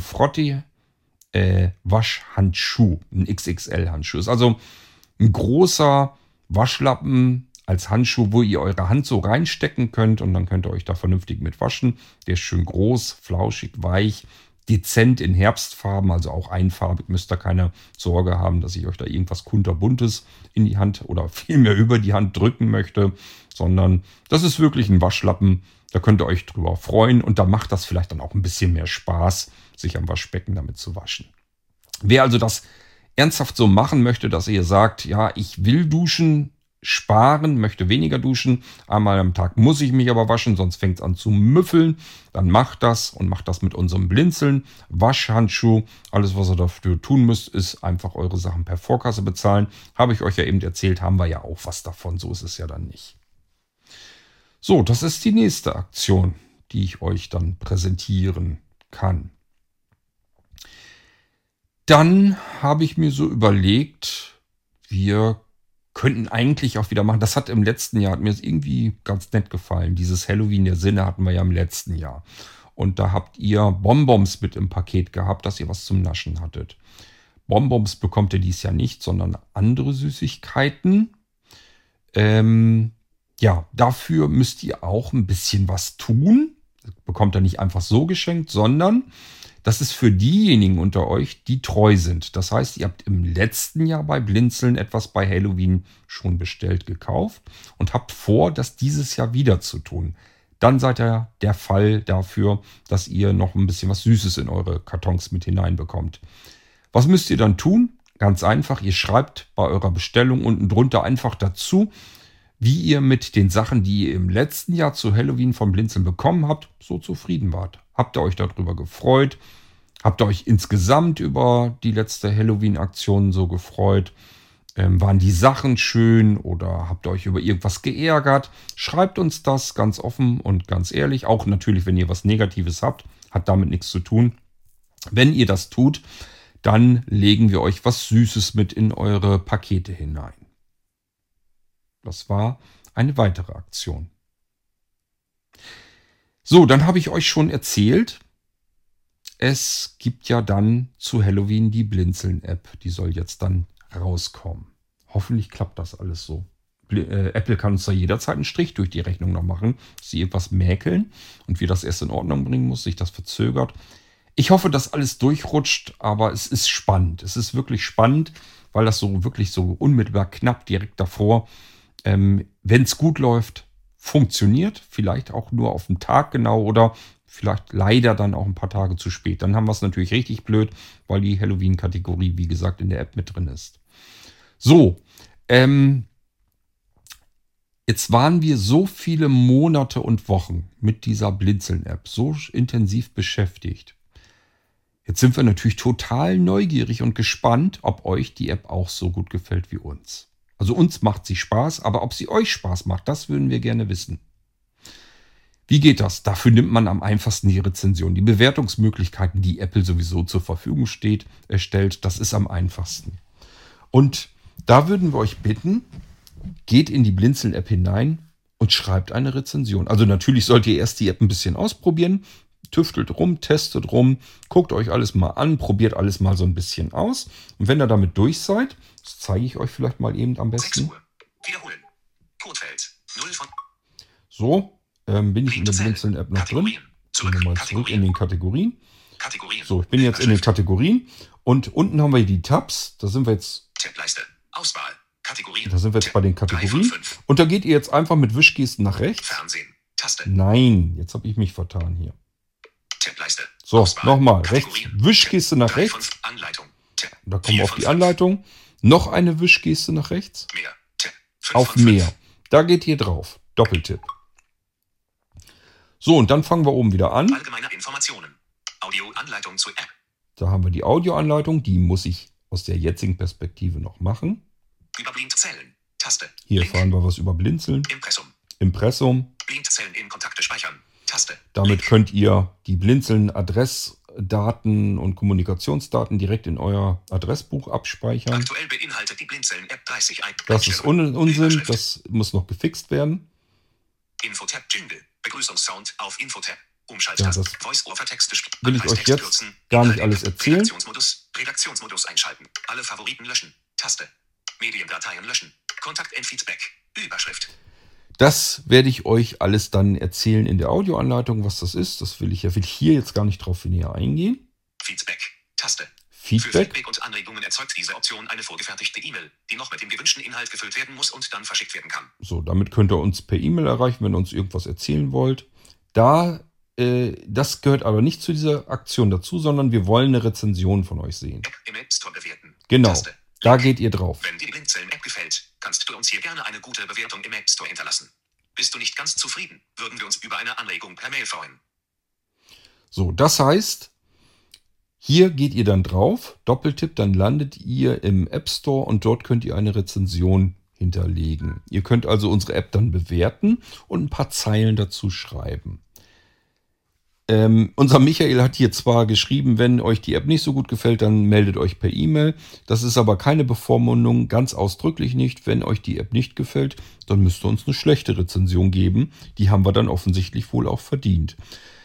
Frotti-Waschhandschuh. Ein XXL-Handschuh. Ist also ein großer Waschlappen als Handschuh, wo ihr eure Hand so reinstecken könnt und dann könnt ihr euch da vernünftig mit waschen. Der ist schön groß, flauschig, weich, dezent in Herbstfarben, also auch einfarbig. Müsst ihr keine Sorge haben, dass ich euch da irgendwas kunterbuntes in die Hand oder vielmehr über die Hand drücken möchte, sondern das ist wirklich ein Waschlappen. Da könnt ihr euch drüber freuen und da macht das vielleicht dann auch ein bisschen mehr Spaß, sich am Waschbecken damit zu waschen. Wer also das ernsthaft so machen möchte, dass ihr sagt, ja, ich will duschen, sparen, möchte weniger duschen, einmal am Tag muss ich mich aber waschen, sonst fängt es an zu müffeln, dann macht das und macht das mit unserem Blinzeln, Waschhandschuh. Alles, was ihr dafür tun müsst, ist einfach eure Sachen per Vorkasse bezahlen. Habe ich euch ja eben erzählt, haben wir ja auch was davon, so ist es ja dann nicht. So, das ist die nächste Aktion, die ich euch dann präsentieren kann. Dann habe ich mir so überlegt, wir könnten eigentlich auch wieder machen. Das hat im letzten Jahr, hat mir das irgendwie ganz nett gefallen. Dieses Halloween der Sinne hatten wir ja im letzten Jahr. Und da habt ihr Bonbons mit im Paket gehabt, dass ihr was zum Naschen hattet. Bonbons bekommt ihr dies Jahr nicht, sondern andere Süßigkeiten. Ja, dafür müsst ihr auch ein bisschen was tun. Das bekommt ihr nicht einfach so geschenkt, sondern das ist für diejenigen unter euch, die treu sind. Das heißt, ihr habt im letzten Jahr bei Blinzeln etwas bei Halloween schon bestellt, gekauft und habt vor, das dieses Jahr wieder zu tun. Dann seid ihr der Fall dafür, dass ihr noch ein bisschen was Süßes in eure Kartons mit hineinbekommt. Was müsst ihr dann tun? Ganz einfach, ihr schreibt bei eurer Bestellung unten drunter einfach dazu, wie ihr mit den Sachen, die ihr im letzten Jahr zu Halloween von Blinzeln bekommen habt, so zufrieden wart. Habt ihr euch darüber gefreut? Habt ihr euch insgesamt über die letzte Halloween-Aktion so gefreut? Waren die Sachen schön oder habt ihr euch über irgendwas geärgert? Schreibt uns das ganz offen und ganz ehrlich. Auch natürlich, wenn ihr was Negatives habt, hat damit nichts zu tun. Wenn ihr das tut, dann legen wir euch was Süßes mit in eure Pakete hinein. Das war eine weitere Aktion. So, dann habe ich euch schon erzählt, es gibt ja dann zu Halloween die Blinzeln-App. Die soll jetzt dann rauskommen. Hoffentlich klappt das alles so. Apple kann uns da jederzeit einen Strich durch die Rechnung noch machen, dass sie etwas mäkeln und wir das erst in Ordnung bringen muss, sich das verzögert. Ich hoffe, dass alles durchrutscht, aber es ist spannend. Es ist wirklich spannend, weil das so wirklich so unmittelbar knapp direkt davor, wenn es gut läuft, funktioniert. Vielleicht auch nur auf den Tag genau oder vielleicht leider dann auch ein paar Tage zu spät. Dann haben wir es natürlich richtig blöd, weil die Halloween-Kategorie, wie gesagt, in der App mit drin ist. So, jetzt waren wir so viele Monate und Wochen mit dieser Blinzeln-App so intensiv beschäftigt. Jetzt sind wir natürlich total neugierig und gespannt, ob euch die App auch so gut gefällt wie uns. Also uns macht sie Spaß, aber ob sie euch Spaß macht, das würden wir gerne wissen. Wie geht das? Dafür nimmt man am einfachsten die Rezension. Die Bewertungsmöglichkeiten, die Apple sowieso zur Verfügung stellt, das ist am einfachsten. Und da würden wir euch bitten, geht in die Blinzeln-App hinein und schreibt eine Rezension. Also natürlich sollt ihr erst die App ein bisschen ausprobieren, tüftelt rum, testet rum, guckt euch alles mal an, probiert alles mal so ein bisschen aus. Und wenn ihr damit durch seid, das zeige ich euch vielleicht mal eben am besten. 6 Uhr. Wiederholen. Codefeld. 0 von. So, bin ich in der Blinzeln-App noch drin. Gehen wir mal zurück in den Kategorien. So, ich bin jetzt in den Kategorien. Und unten haben wir die Tabs. Da sind wir jetzt. Tableiste. Auswahl. Kategorien. Da sind wir jetzt bei den Kategorien. Und da geht ihr jetzt einfach mit Wischgesten nach rechts. Fernsehen. Taste. Nein, jetzt habe ich mich vertan hier. Tableiste. So, nochmal. Rechts. Wischgeste nach rechts. Anleitung. Da kommen wir auf die Anleitung. Noch eine Wischgeste nach rechts. Mehr. Auf mehr. Da geht ihr drauf. Doppeltipp. So, und dann fangen wir oben wieder an. Allgemeine Informationen. Audioanleitung zur App. Da haben wir die Audioanleitung, die muss ich aus der jetzigen Perspektive noch machen. Über Blindzellen. Taste. Hier Link. erfahren wir was über Blinzeln. Impressum. Blindzellen in Kontakte speichern. Taste. Damit Link. könnt ihr die Blinzeln-Adressdaten und Kommunikationsdaten direkt in euer Adressbuch abspeichern. Aktuell beinhaltet die Blinzeln-App 30 Das ist Unsinn, das muss noch gefixt werden. Infotab Jingle. Begrüßungssound auf Infotab. Ja, Umschalttaste. das Voice-Over-Texte. will ich euch jetzt gar nicht alles erzählen. Redaktionsmodus einschalten. Alle Favoriten löschen. Taste. Mediendateien löschen. Kontakt and Feedback. Überschrift. Das werde ich euch alles dann erzählen in der Audioanleitung, was das ist. Das will ich hier jetzt gar nicht drauf näher eingehen. Feedback. Taste. Für Feedback. Feedback und Anregungen erzeugt diese Option eine vorgefertigte E-Mail, die noch mit dem gewünschten Inhalt gefüllt werden muss und dann verschickt werden kann. So, damit könnt ihr uns per E-Mail erreichen, wenn ihr uns irgendwas erzählen wollt. Das gehört aber nicht zu dieser Aktion dazu, sondern wir wollen eine Rezension von euch sehen. App im App Store bewerten. Genau, Taste. da geht ihr drauf. Wenn dir die Blindzellen-App gefällt, kannst du uns hier gerne eine gute Bewertung im App Store hinterlassen. Bist du nicht ganz zufrieden, würden wir uns über eine Anregung per Mail freuen. So, das heißt, hier geht ihr dann drauf, Doppeltipp, dann landet ihr im App Store und dort könnt ihr eine Rezension hinterlegen. Ihr könnt also unsere App dann bewerten und ein paar Zeilen dazu schreiben. Unser Michael hat hier zwar geschrieben, wenn euch die App nicht so gut gefällt, dann meldet euch per E-Mail. Das ist aber keine Bevormundung, ganz ausdrücklich nicht. Wenn euch die App nicht gefällt, dann müsst ihr uns eine schlechte Rezension geben. Die haben wir dann offensichtlich wohl auch verdient.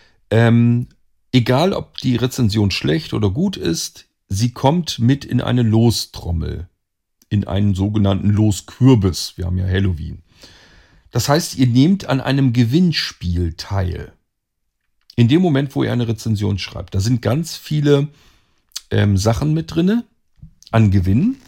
Egal, ob die Rezension schlecht oder gut ist, sie kommt mit in eine Lostrommel. In einen sogenannten Loskürbis. Wir haben ja Halloween. Das heißt, ihr nehmt an einem Gewinnspiel teil. In dem Moment, wo ihr eine Rezension schreibt, da sind ganz viele Sachen mit drin an Gewinn.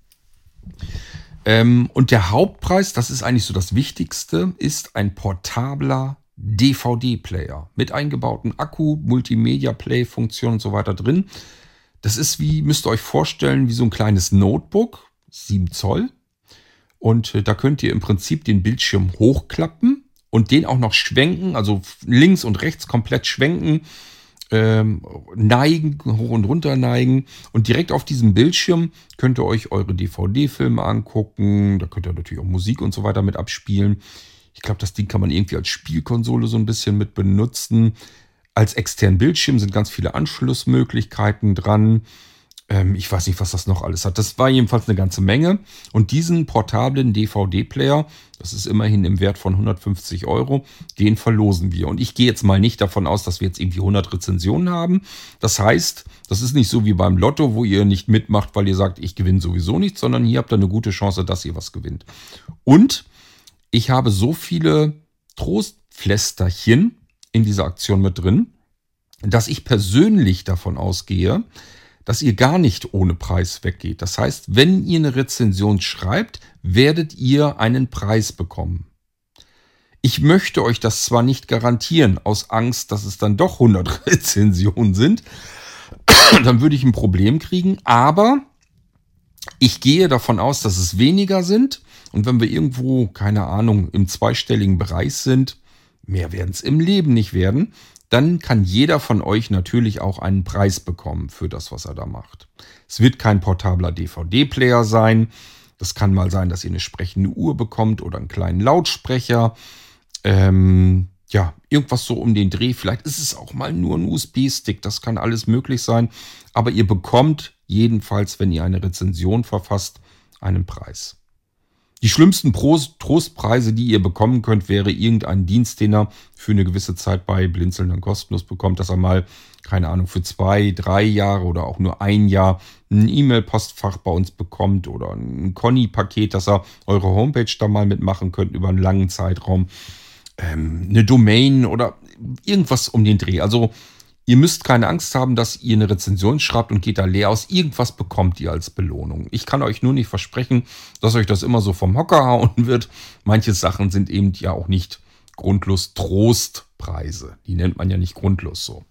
Und der Hauptpreis, das ist eigentlich so das Wichtigste, ist ein portabler DVD-Player mit eingebautem Akku, Multimedia-Play-Funktion und so weiter drin. Das ist müsst ihr euch vorstellen, wie so ein kleines Notebook, 7 Zoll. Und da könnt ihr im Prinzip den Bildschirm hochklappen und den auch noch schwenken, also links und rechts komplett schwenken, neigen, hoch und runter neigen. Und direkt auf diesem Bildschirm könnt ihr euch eure DVD-Filme angucken. Da könnt ihr natürlich auch Musik und so weiter mit abspielen. Ich glaube, das Ding kann man irgendwie als Spielkonsole so ein bisschen mit benutzen. Als externen Bildschirm sind ganz viele Anschlussmöglichkeiten dran. Ich weiß nicht, was das noch alles hat. Das war jedenfalls eine ganze Menge. Und diesen portablen DVD-Player, das ist immerhin im Wert von 150 €, den verlosen wir. Und ich gehe jetzt mal nicht davon aus, dass wir jetzt irgendwie 100 Rezensionen haben. Das heißt, das ist nicht so wie beim Lotto, wo ihr nicht mitmacht, weil ihr sagt, ich gewinne sowieso nichts, sondern hier habt ihr eine gute Chance, dass ihr was gewinnt. Und ich habe so viele Trostpflästerchen in dieser Aktion mit drin, dass ich persönlich davon ausgehe, dass ihr gar nicht ohne Preis weggeht. Das heißt, wenn ihr eine Rezension schreibt, werdet ihr einen Preis bekommen. Ich möchte euch das zwar nicht garantieren, aus Angst, dass es dann doch 100 Rezensionen sind, dann würde ich ein Problem kriegen, aber ich gehe davon aus, dass es weniger sind und wenn wir irgendwo, keine Ahnung, im zweistelligen Bereich sind, mehr werden es im Leben nicht werden, dann kann jeder von euch natürlich auch einen Preis bekommen für das, was er da macht. Es wird kein portabler DVD-Player sein. Das kann mal sein, dass ihr eine sprechende Uhr bekommt oder einen kleinen Lautsprecher. Irgendwas so um den Dreh. Vielleicht ist es auch mal nur ein USB-Stick. Das kann alles möglich sein. Aber ihr bekommt jedenfalls, wenn ihr eine Rezension verfasst, einen Preis. Die schlimmsten Trostpreise, die ihr bekommen könnt, wäre irgendein Dienst, den ihr für eine gewisse Zeit bei Blinzeln dann kostenlos bekommt, dass er mal, keine Ahnung, für 2, 3 Jahre oder auch nur 1 Jahr ein E-Mail-Postfach bei uns bekommt oder ein Conny-Paket, dass ihr eure Homepage da mal mitmachen könnt über einen langen Zeitraum. Eine Domain oder irgendwas um den Dreh. Also ihr müsst keine Angst haben, dass ihr eine Rezension schreibt und geht da leer aus. Irgendwas bekommt ihr als Belohnung. Ich kann euch nur nicht versprechen, dass euch das immer so vom Hocker hauen wird. Manche Sachen sind eben ja auch nicht grundlos Trostpreise. Die nennt man ja nicht grundlos so.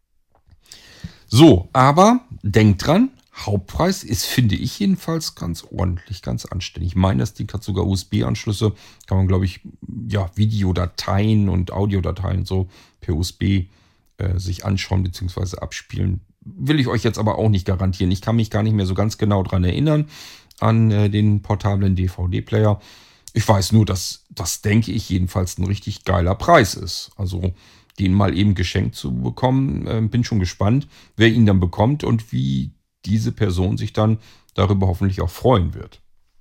So, aber denkt dran, Hauptpreis ist, finde ich jedenfalls, ganz ordentlich, ganz anständig. Ich meine, das Ding hat sogar USB-Anschlüsse. Kann man, glaube ich, Videodateien und Audiodateien so per USB sich anschauen bzw. abspielen. will ich euch jetzt aber auch nicht garantieren. Ich kann mich gar nicht mehr so ganz genau dran erinnern an den portablen DVD-Player. Ich weiß nur, dass das, denke ich, jedenfalls ein richtig geiler Preis ist. Also den mal eben geschenkt zu bekommen, bin schon gespannt, wer ihn dann bekommt und wie diese Person sich dann darüber hoffentlich auch freuen wird.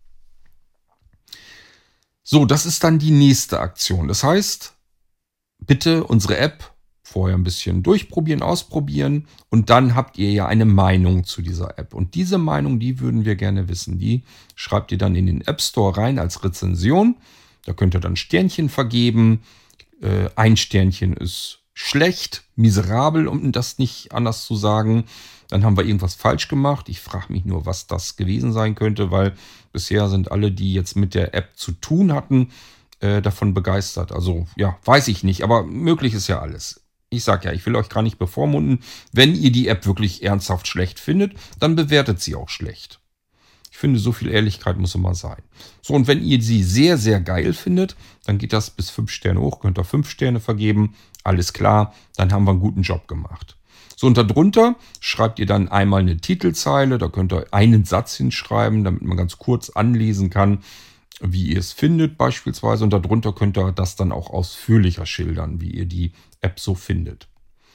So, das ist dann die nächste Aktion. Das heißt, bitte unsere App vorher ein bisschen durchprobieren, ausprobieren und dann habt ihr ja eine Meinung zu dieser App. Und diese Meinung, die würden wir gerne wissen. Die schreibt ihr dann in den App Store rein als Rezension. Da könnt ihr dann Sternchen vergeben. Ein Sternchen ist schlecht, miserabel, um das nicht anders zu sagen. Dann haben wir irgendwas falsch gemacht. Ich frage mich nur, was das gewesen sein könnte, weil bisher sind alle, die jetzt mit der App zu tun hatten, davon begeistert. Also ja, weiß ich nicht, aber möglich ist ja alles. Ich sage ja, ich will euch gar nicht bevormunden. Wenn ihr die App wirklich ernsthaft schlecht findet, dann bewertet sie auch schlecht. Ich finde, so viel Ehrlichkeit muss immer sein. So, und wenn ihr sie sehr, sehr geil findet, dann geht das bis 5 Sterne hoch. Könnt ihr 5 Sterne vergeben. Alles klar, dann haben wir einen guten Job gemacht. So, und darunter schreibt ihr dann einmal eine Titelzeile. Da könnt ihr einen Satz hinschreiben, damit man ganz kurz anlesen kann, wie ihr es findet beispielsweise. Und darunter könnt ihr das dann auch ausführlicher schildern, wie ihr die App so findet.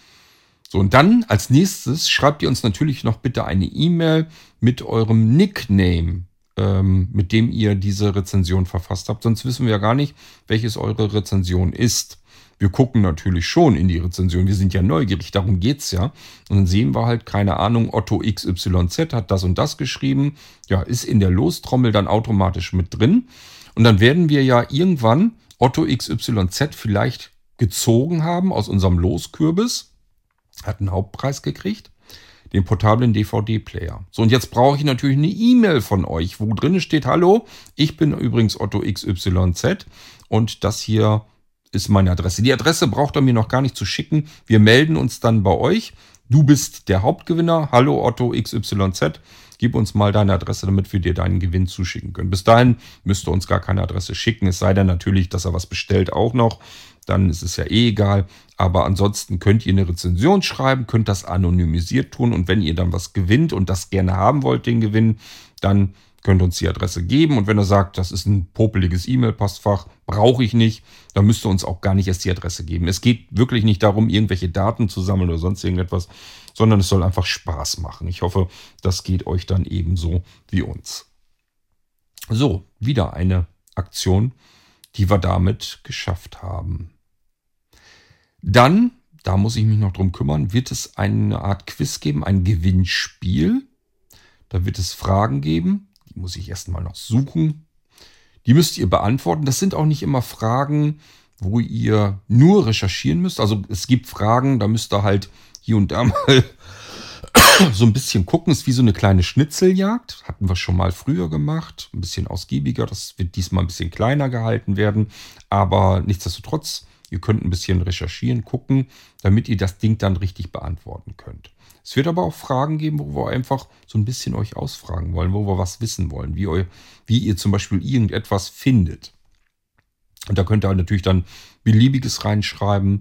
So, und dann als nächstes schreibt ihr uns natürlich noch bitte eine E-Mail mit eurem Nickname, mit dem ihr diese Rezension verfasst habt. Sonst wissen wir ja gar nicht, welches eure Rezension ist. Wir gucken natürlich schon in die Rezension. Wir sind ja neugierig, darum geht's ja. Und dann sehen wir halt, keine Ahnung, Otto XYZ hat das und das geschrieben. Ja, ist in der Lostrommel dann automatisch mit drin. Und dann werden wir ja irgendwann Otto XYZ vielleicht gezogen haben aus unserem Loskürbis. Hat einen Hauptpreis gekriegt. Den portablen DVD-Player. So, und jetzt brauche ich natürlich eine E-Mail von euch, wo drin steht: Hallo, ich bin übrigens Otto XYZ und das hier ist meine Adresse. Die Adresse braucht ihr mir noch gar nicht zu schicken. Wir melden uns dann bei euch. Du bist der Hauptgewinner. Hallo Otto XYZ. Gib uns mal deine Adresse, damit wir dir deinen Gewinn zuschicken können. Bis dahin müsst ihr uns gar keine Adresse schicken. Es sei denn natürlich, dass er was bestellt auch noch. Dann ist es ja eh egal. Aber ansonsten könnt ihr eine Rezension schreiben, könnt das anonymisiert tun. Und wenn ihr dann was gewinnt und das gerne haben wollt, den Gewinn, dann könnt ihr uns die Adresse geben. Und wenn ihr sagt, das ist ein popeliges E-Mail-Postfach, brauche ich nicht, dann müsst ihr uns auch gar nicht erst die Adresse geben. Es geht wirklich nicht darum, irgendwelche Daten zu sammeln oder sonst irgendetwas, sondern es soll einfach Spaß machen. Ich hoffe, das geht euch dann ebenso wie uns. So, wieder eine Aktion, die wir damit geschafft haben. Dann, da muss ich mich noch drum kümmern, wird es eine Art Quiz geben, ein Gewinnspiel. Da wird es Fragen geben, die muss ich erstmal noch suchen. Die müsst ihr beantworten. Das sind auch nicht immer Fragen, wo ihr nur recherchieren müsst. Also es gibt Fragen, da müsst ihr halt hier und da mal so ein bisschen gucken. Ist wie so eine kleine Schnitzeljagd. Hatten wir schon mal früher gemacht. Ein bisschen ausgiebiger. Das wird diesmal ein bisschen kleiner gehalten werden. Aber nichtsdestotrotz, ihr könnt ein bisschen recherchieren, gucken, damit ihr das Ding dann richtig beantworten könnt. Es wird aber auch Fragen geben, wo wir einfach so ein bisschen euch ausfragen wollen, wo wir was wissen wollen, wie ihr zum Beispiel irgendetwas findet. Und da könnt ihr halt natürlich dann Beliebiges reinschreiben.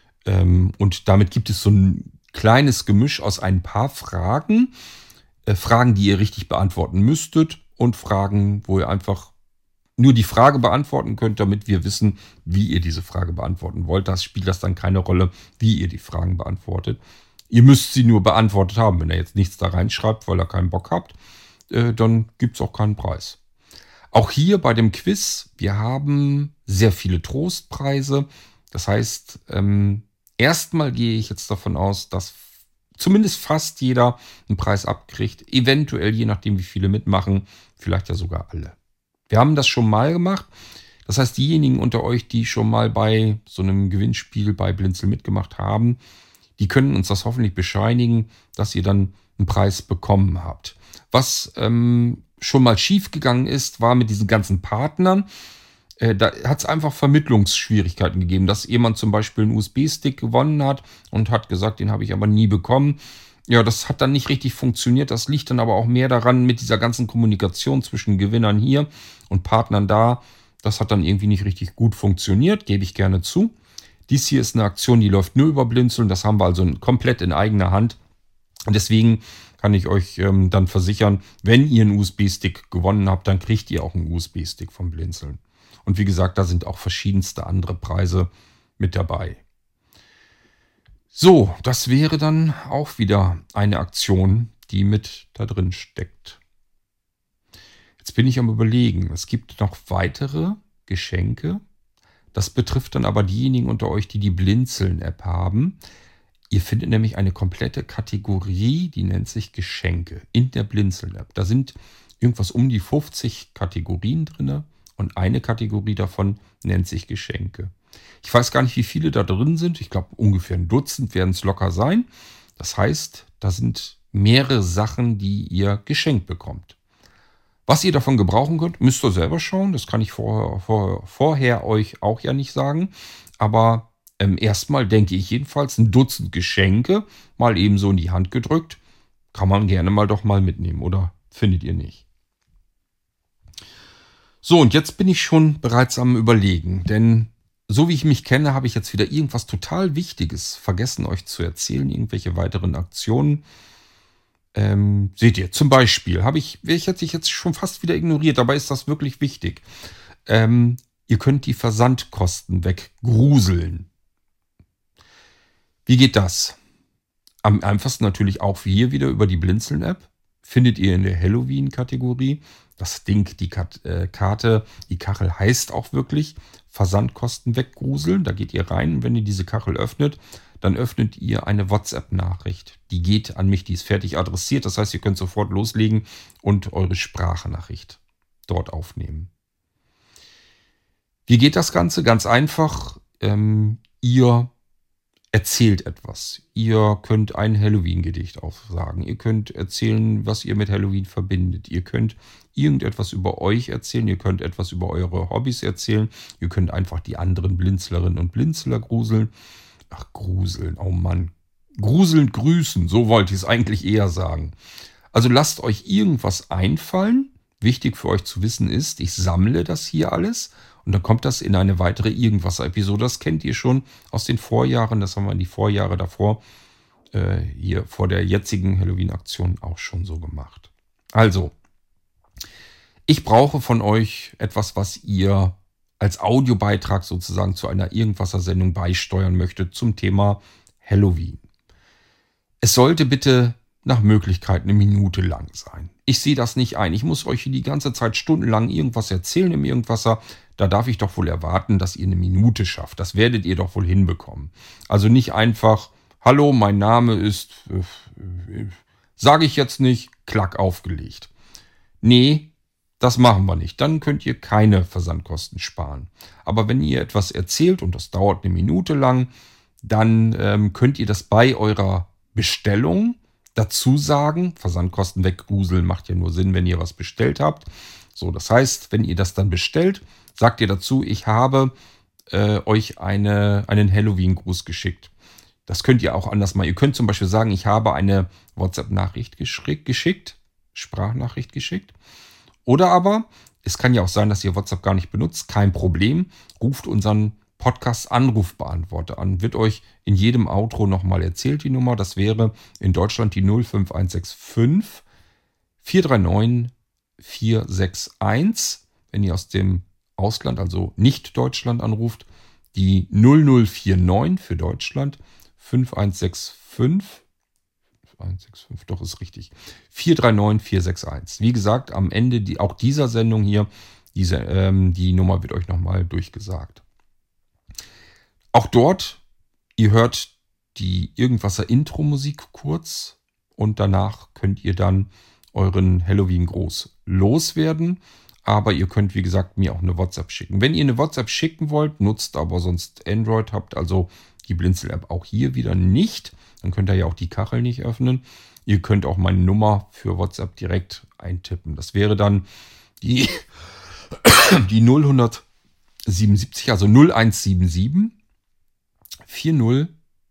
Und damit gibt es so ein kleines Gemisch aus ein paar Fragen. Fragen, die ihr richtig beantworten müsstet und Fragen, wo ihr einfach nur die Frage beantworten könnt, damit wir wissen, wie ihr diese Frage beantworten wollt. Das spielt das dann keine Rolle, wie ihr die Fragen beantwortet. Ihr müsst sie nur beantwortet haben. Wenn ihr jetzt nichts da reinschreibt, weil ihr keinen Bock habt, dann gibt es auch keinen Preis. Auch hier bei dem Quiz, wir haben sehr viele Trostpreise. Das heißt, erstmal gehe ich jetzt davon aus, dass zumindest fast jeder einen Preis abkriegt. Eventuell, je nachdem wie viele mitmachen, vielleicht ja sogar alle. Wir haben das schon mal gemacht. Das heißt, diejenigen unter euch, die schon mal bei so einem Gewinnspiel bei Blinzeln mitgemacht haben, die können uns das hoffentlich bescheinigen, dass ihr dann einen Preis bekommen habt. Was schon mal schief gegangen ist, war mit diesen ganzen Partnern. Da hat es einfach Vermittlungsschwierigkeiten gegeben, dass jemand zum Beispiel einen USB-Stick gewonnen hat und hat gesagt, den habe ich aber nie bekommen. Ja, das hat dann nicht richtig funktioniert. Das liegt dann aber auch mehr daran mit dieser ganzen Kommunikation zwischen Gewinnern hier und Partnern da. Das hat dann irgendwie nicht richtig gut funktioniert, gebe ich gerne zu. Dies hier ist eine Aktion, die läuft nur über Blinzeln. Das haben wir also komplett in eigener Hand. Und deswegen kann ich euch dann versichern, wenn ihr einen USB-Stick gewonnen habt, dann kriegt ihr auch einen USB-Stick vom Blinzeln. Und wie gesagt, da sind auch verschiedenste andere Preise mit dabei. So, das wäre dann auch wieder eine Aktion, die mit da drin steckt. Jetzt bin ich am Überlegen, es gibt noch weitere Geschenke. Das betrifft dann aber diejenigen unter euch, die die Blinzeln-App haben. Ihr findet nämlich eine komplette Kategorie, die nennt sich Geschenke in der Blinzeln-App. Da sind irgendwas um die 50 Kategorien drin und eine Kategorie davon nennt sich Geschenke. Ich weiß gar nicht, wie viele da drin sind. Ich glaube, ungefähr ein Dutzend werden es locker sein. Das heißt, da sind mehrere Sachen, die ihr geschenkt bekommt. Was ihr davon gebrauchen könnt, müsst ihr selber schauen. Das kann ich vorher euch auch ja nicht sagen. Aber erstmal denke ich jedenfalls, ein Dutzend Geschenke mal eben so in die Hand gedrückt. Kann man gerne mal doch mal mitnehmen, oder findet ihr nicht? So, und jetzt bin ich schon bereits am Überlegen. Denn so wie ich mich kenne, habe ich jetzt wieder irgendwas total Wichtiges vergessen, euch zu erzählen. Irgendwelche weiteren Aktionen. Seht ihr, zum Beispiel hätte ich jetzt schon fast wieder ignoriert, dabei ist das wirklich wichtig. Ihr könnt die Versandkosten weggruseln. Wie geht das? Am einfachsten natürlich auch hier wieder über die Blinzeln-App. Findet ihr in der Halloween-Kategorie. Das Ding, die Karte, die Kachel heißt auch wirklich Versandkosten weggruseln. Da geht ihr rein und wenn ihr diese Kachel öffnet, dann öffnet ihr eine WhatsApp-Nachricht. Die geht an mich, die ist fertig adressiert. Das heißt, ihr könnt sofort loslegen und eure Sprachnachricht dort aufnehmen. Wie geht das Ganze? Ganz einfach. Ihr erzählt etwas. Ihr könnt ein Halloween-Gedicht aufsagen. Ihr könnt erzählen, was ihr mit Halloween verbindet. Ihr könnt irgendetwas über euch erzählen. Ihr könnt etwas über eure Hobbys erzählen. Ihr könnt einfach die anderen Blinzlerinnen und Blinzler gruseln. Ach, gruseln, oh Mann. Gruselnd grüßen, so wollte ich es eigentlich eher sagen. Also lasst euch irgendwas einfallen. Wichtig für euch zu wissen ist, ich sammle das hier alles und dann kommt das in eine weitere Irgendwas-Episode. Das kennt ihr schon aus den Vorjahren, das haben wir in die Vorjahre davor hier vor der jetzigen Halloween-Aktion auch schon so gemacht. Also, ich brauche von euch etwas, was ihr als Audiobeitrag sozusagen zu einer Irgendwasser-Sendung beisteuern möchtet zum Thema Halloween. Es sollte bitte nach Möglichkeit eine Minute lang sein. Ich sehe das nicht ein. Ich muss euch hier die ganze Zeit stundenlang irgendwas erzählen im Irgendwasser. Da darf ich doch wohl erwarten, dass ihr eine Minute schafft. Das werdet ihr doch wohl hinbekommen. Also nicht einfach, hallo, mein Name ist, sage ich jetzt nicht, klack aufgelegt. Nee, das machen wir nicht. Dann könnt ihr keine Versandkosten sparen. Aber wenn ihr etwas erzählt und das dauert eine Minute lang, dann könnt ihr das bei eurer Bestellung dazu sagen. Versandkosten weggruseln macht ja nur Sinn, wenn ihr was bestellt habt. So, das heißt, wenn ihr das dann bestellt, sagt ihr dazu, ich habe euch einen Halloween-Gruß geschickt. Das könnt ihr auch anders machen. Ihr könnt zum Beispiel sagen, ich habe eine WhatsApp-Nachricht geschickt, Sprachnachricht geschickt. Oder aber, es kann ja auch sein, dass ihr WhatsApp gar nicht benutzt. Kein Problem. Ruft unseren Podcast-Anrufbeantworter an. Wird euch in jedem Outro nochmal erzählt, die Nummer. Das wäre in Deutschland die 05165 439 461. Wenn ihr aus dem Ausland, also nicht Deutschland, anruft, die 0049 für Deutschland 5165. 165, doch ist richtig. 439 461. Wie gesagt, am Ende auch dieser Sendung hier, die Nummer wird euch nochmal durchgesagt. Auch dort, ihr hört die Irgendwasser Intro-Musik kurz und danach könnt ihr dann euren Halloween-Gruß loswerden. Aber ihr könnt, wie gesagt, mir auch eine WhatsApp schicken. Wenn ihr eine WhatsApp schicken wollt, nutzt aber sonst Android, habt also die Blinzel-App auch hier wieder nicht. Dann könnt ihr ja auch die Kachel nicht öffnen. Ihr könnt auch meine Nummer für WhatsApp direkt eintippen. Das wäre dann die 0177, also 0177 40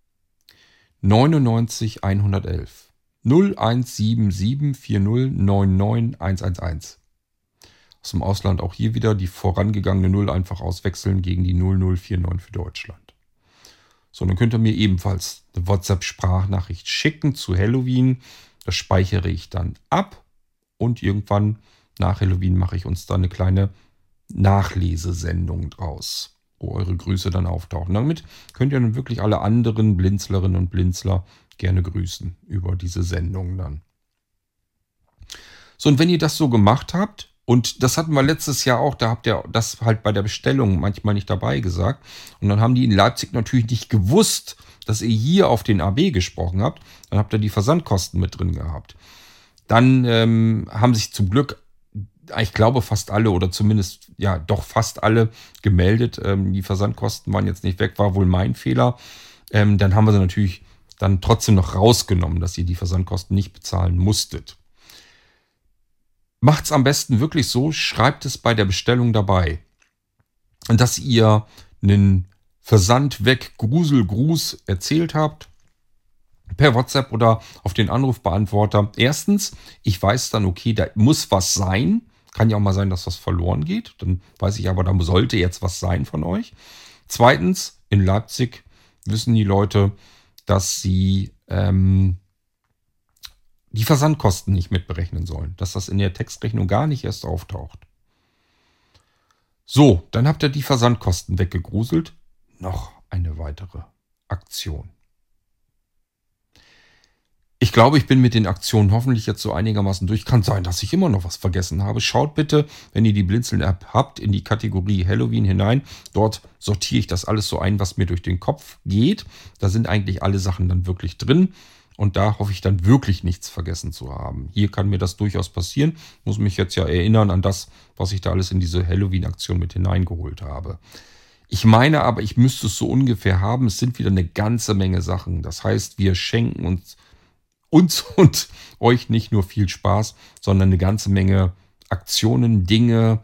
99 111. 0177 40 99 111. Aus dem Ausland auch hier wieder die vorangegangene 0 einfach auswechseln gegen die 0049 für Deutschland. So, dann könnt ihr mir ebenfalls eine WhatsApp-Sprachnachricht schicken zu Halloween. Das speichere ich dann ab und irgendwann nach Halloween mache ich uns da eine kleine Nachlesesendung draus, wo eure Grüße dann auftauchen. Damit könnt ihr dann wirklich alle anderen Blinzlerinnen und Blinzler gerne grüßen über diese Sendung dann. So, und wenn ihr das so gemacht habt, und das hatten wir letztes Jahr auch, da habt ihr das halt bei der Bestellung manchmal nicht dabei gesagt. Und dann haben die in Leipzig natürlich nicht gewusst, dass ihr hier auf den AB gesprochen habt. Dann habt ihr die Versandkosten mit drin gehabt. Dann haben sich zum Glück, ich glaube fast alle oder zumindest, ja doch fast alle gemeldet. Die Versandkosten waren jetzt nicht weg, war wohl mein Fehler. Dann haben wir sie natürlich dann trotzdem noch rausgenommen, dass ihr die Versandkosten nicht bezahlen musstet. Macht's am besten wirklich so, schreibt es bei der Bestellung dabei, dass ihr einen Versand weg Gruselgruß erzählt habt, per WhatsApp oder auf den Anrufbeantworter. Erstens, ich weiß dann, okay, da muss was sein. Kann ja auch mal sein, dass was verloren geht. Dann weiß ich aber, da sollte jetzt was sein von euch. Zweitens, in Leipzig wissen die Leute, dass sie die Versandkosten nicht mitberechnen sollen, dass das in der Textrechnung gar nicht erst auftaucht. So, dann habt ihr die Versandkosten weggegruselt. Noch eine weitere Aktion. Ich glaube, ich bin mit den Aktionen hoffentlich jetzt so einigermaßen durch. Kann sein, dass ich immer noch was vergessen habe. Schaut bitte, wenn ihr die Blinzeln-App habt, in die Kategorie Halloween hinein. Dort sortiere ich das alles so ein, was mir durch den Kopf geht. Da sind eigentlich alle Sachen dann wirklich drin. Und da hoffe ich dann wirklich nichts vergessen zu haben. Hier kann mir das durchaus passieren. Muss mich jetzt ja erinnern an das, was ich da alles in diese Halloween-Aktion mit hineingeholt habe. Ich meine aber, ich müsste es so ungefähr haben. Es sind wieder eine ganze Menge Sachen. Das heißt, wir schenken uns und euch nicht nur viel Spaß, sondern eine ganze Menge Aktionen, Dinge,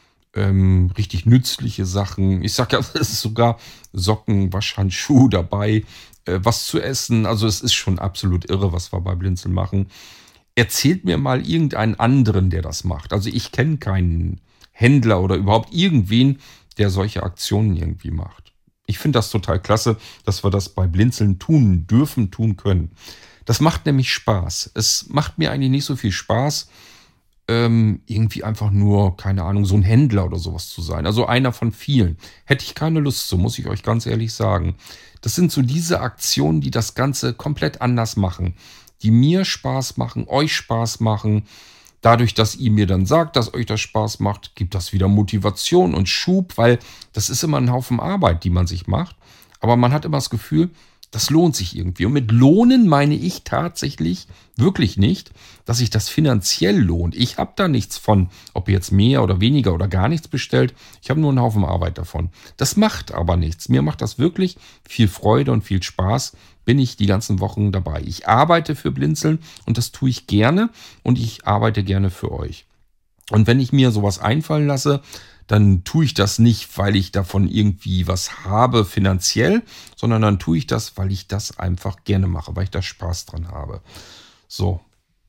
richtig nützliche Sachen. Ich sag ja, es ist sogar Socken, Waschhandschuh dabei, was zu essen. Also es ist schon absolut irre, was wir bei Blinzeln machen. Erzählt mir mal irgendeinen anderen, der das macht. Also ich kenne keinen Händler oder überhaupt irgendwen, der solche Aktionen irgendwie macht. Ich finde das total klasse, dass wir das bei Blinzeln tun dürfen, tun können. Das macht nämlich Spaß. Es macht mir eigentlich nicht so viel Spaß, irgendwie einfach nur, keine Ahnung, so ein Händler oder sowas zu sein. Also einer von vielen. Hätte ich keine Lust zu, muss ich euch ganz ehrlich sagen. Das sind so diese Aktionen, die das Ganze komplett anders machen. Die mir Spaß machen, euch Spaß machen. Dadurch, dass ihr mir dann sagt, dass euch das Spaß macht, gibt das wieder Motivation und Schub, weil das ist immer ein Haufen Arbeit, die man sich macht. Aber man hat immer das Gefühl, das lohnt sich irgendwie. Und mit lohnen meine ich tatsächlich wirklich nicht, dass sich das finanziell lohnt. Ich habe da nichts von, ob ihr jetzt mehr oder weniger oder gar nichts bestellt. Ich habe nur einen Haufen Arbeit davon. Das macht aber nichts. Mir macht das wirklich viel Freude und viel Spaß. Bin ich die ganzen Wochen dabei. Ich arbeite für Blinzeln und das tue ich gerne und ich arbeite gerne für euch. Und wenn ich mir sowas einfallen lasse, dann tue ich das nicht, weil ich davon irgendwie was habe finanziell, sondern dann tue ich das, weil ich das einfach gerne mache, weil ich da Spaß dran habe. So.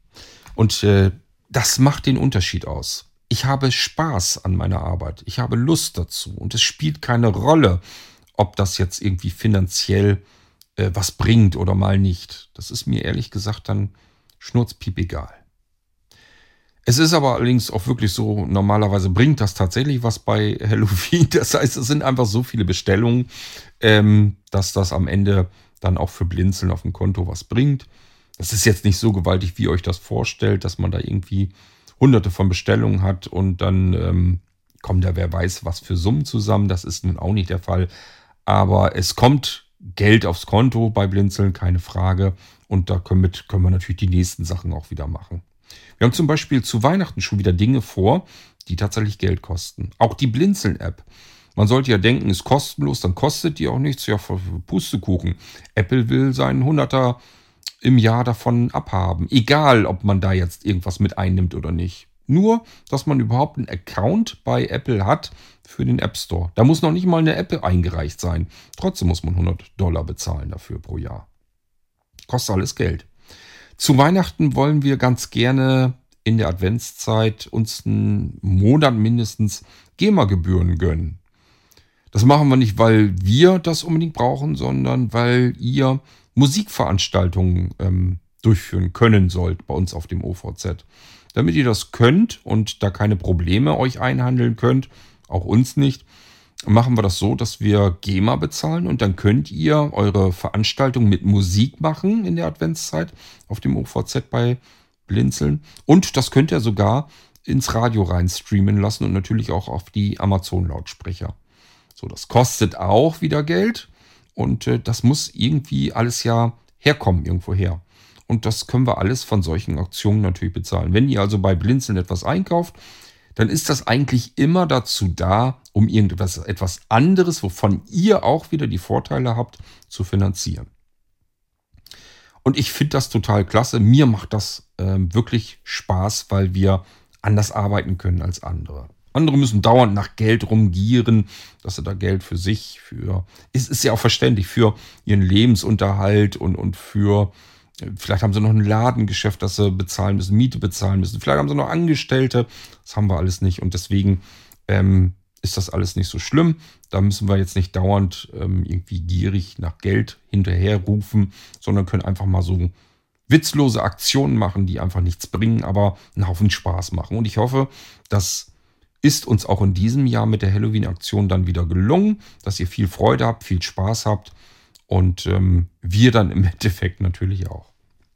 Und das macht den Unterschied aus. Ich habe Spaß an meiner Arbeit. Ich habe Lust dazu. Und es spielt keine Rolle, ob das jetzt irgendwie finanziell was bringt oder mal nicht. Das ist mir ehrlich gesagt dann schnurzpiep egal. Es ist aber allerdings auch wirklich so, normalerweise bringt das tatsächlich was bei Halloween. Das heißt, es sind einfach so viele Bestellungen, dass das am Ende dann auch für Blinzeln auf dem Konto was bringt. Das ist jetzt nicht so gewaltig, wie ihr euch das vorstellt, dass man da irgendwie hunderte von Bestellungen hat und dann kommen da wer weiß was für Summen zusammen. Das ist nun auch nicht der Fall. Aber es kommt Geld aufs Konto bei Blinzeln, keine Frage. Und da können wir natürlich die nächsten Sachen auch wieder machen. Wir haben zum Beispiel zu Weihnachten schon wieder Dinge vor, die tatsächlich Geld kosten. Auch die Blinzeln-App. Man sollte ja denken, ist kostenlos, dann kostet die auch nichts. Ja, Pustekuchen. Apple will seinen 100er im Jahr davon abhaben. Egal, ob man da jetzt irgendwas mit einnimmt oder nicht. Nur, dass man überhaupt einen Account bei Apple hat für den App Store. Da muss noch nicht mal eine App eingereicht sein. Trotzdem muss man $100 bezahlen dafür pro Jahr. Kostet alles Geld. Zu Weihnachten wollen wir ganz gerne in der Adventszeit uns einen Monat mindestens GEMA-Gebühren gönnen. Das machen wir nicht, weil wir das unbedingt brauchen, sondern weil ihr Musikveranstaltungen durchführen können sollt bei uns auf dem OVZ. Damit ihr das könnt und da keine Probleme euch einhandeln könnt, auch uns nicht, machen wir das so, dass wir GEMA bezahlen und dann könnt ihr eure Veranstaltung mit Musik machen in der Adventszeit auf dem OVZ bei Blinzeln. Und das könnt ihr sogar ins Radio rein streamen lassen und natürlich auch auf die Amazon-Lautsprecher. So, das kostet auch wieder Geld und das muss irgendwie alles ja herkommen irgendwo her. Und das können wir alles von solchen Aktionen natürlich bezahlen. Wenn ihr also bei Blinzeln etwas einkauft, dann ist das eigentlich immer dazu da, um etwas anderes, wovon ihr auch wieder die Vorteile habt, zu finanzieren. Und ich finde das total klasse. Mir macht das wirklich Spaß, weil wir anders arbeiten können als andere. Andere müssen dauernd nach Geld rumgieren, dass sie da Geld für sich, es ist ja auch verständlich, für ihren Lebensunterhalt und für, vielleicht haben sie noch ein Ladengeschäft, das sie bezahlen müssen, Miete bezahlen müssen, vielleicht haben sie noch Angestellte, das haben wir alles nicht und deswegen ist das alles nicht so schlimm. Da müssen wir jetzt nicht dauernd irgendwie gierig nach Geld hinterherrufen, sondern können einfach mal so witzlose Aktionen machen, die einfach nichts bringen, aber einen Haufen Spaß machen. Und ich hoffe, das ist uns auch in diesem Jahr mit der Halloween-Aktion dann wieder gelungen, dass ihr viel Freude habt, viel Spaß habt und wir dann im Endeffekt natürlich auch.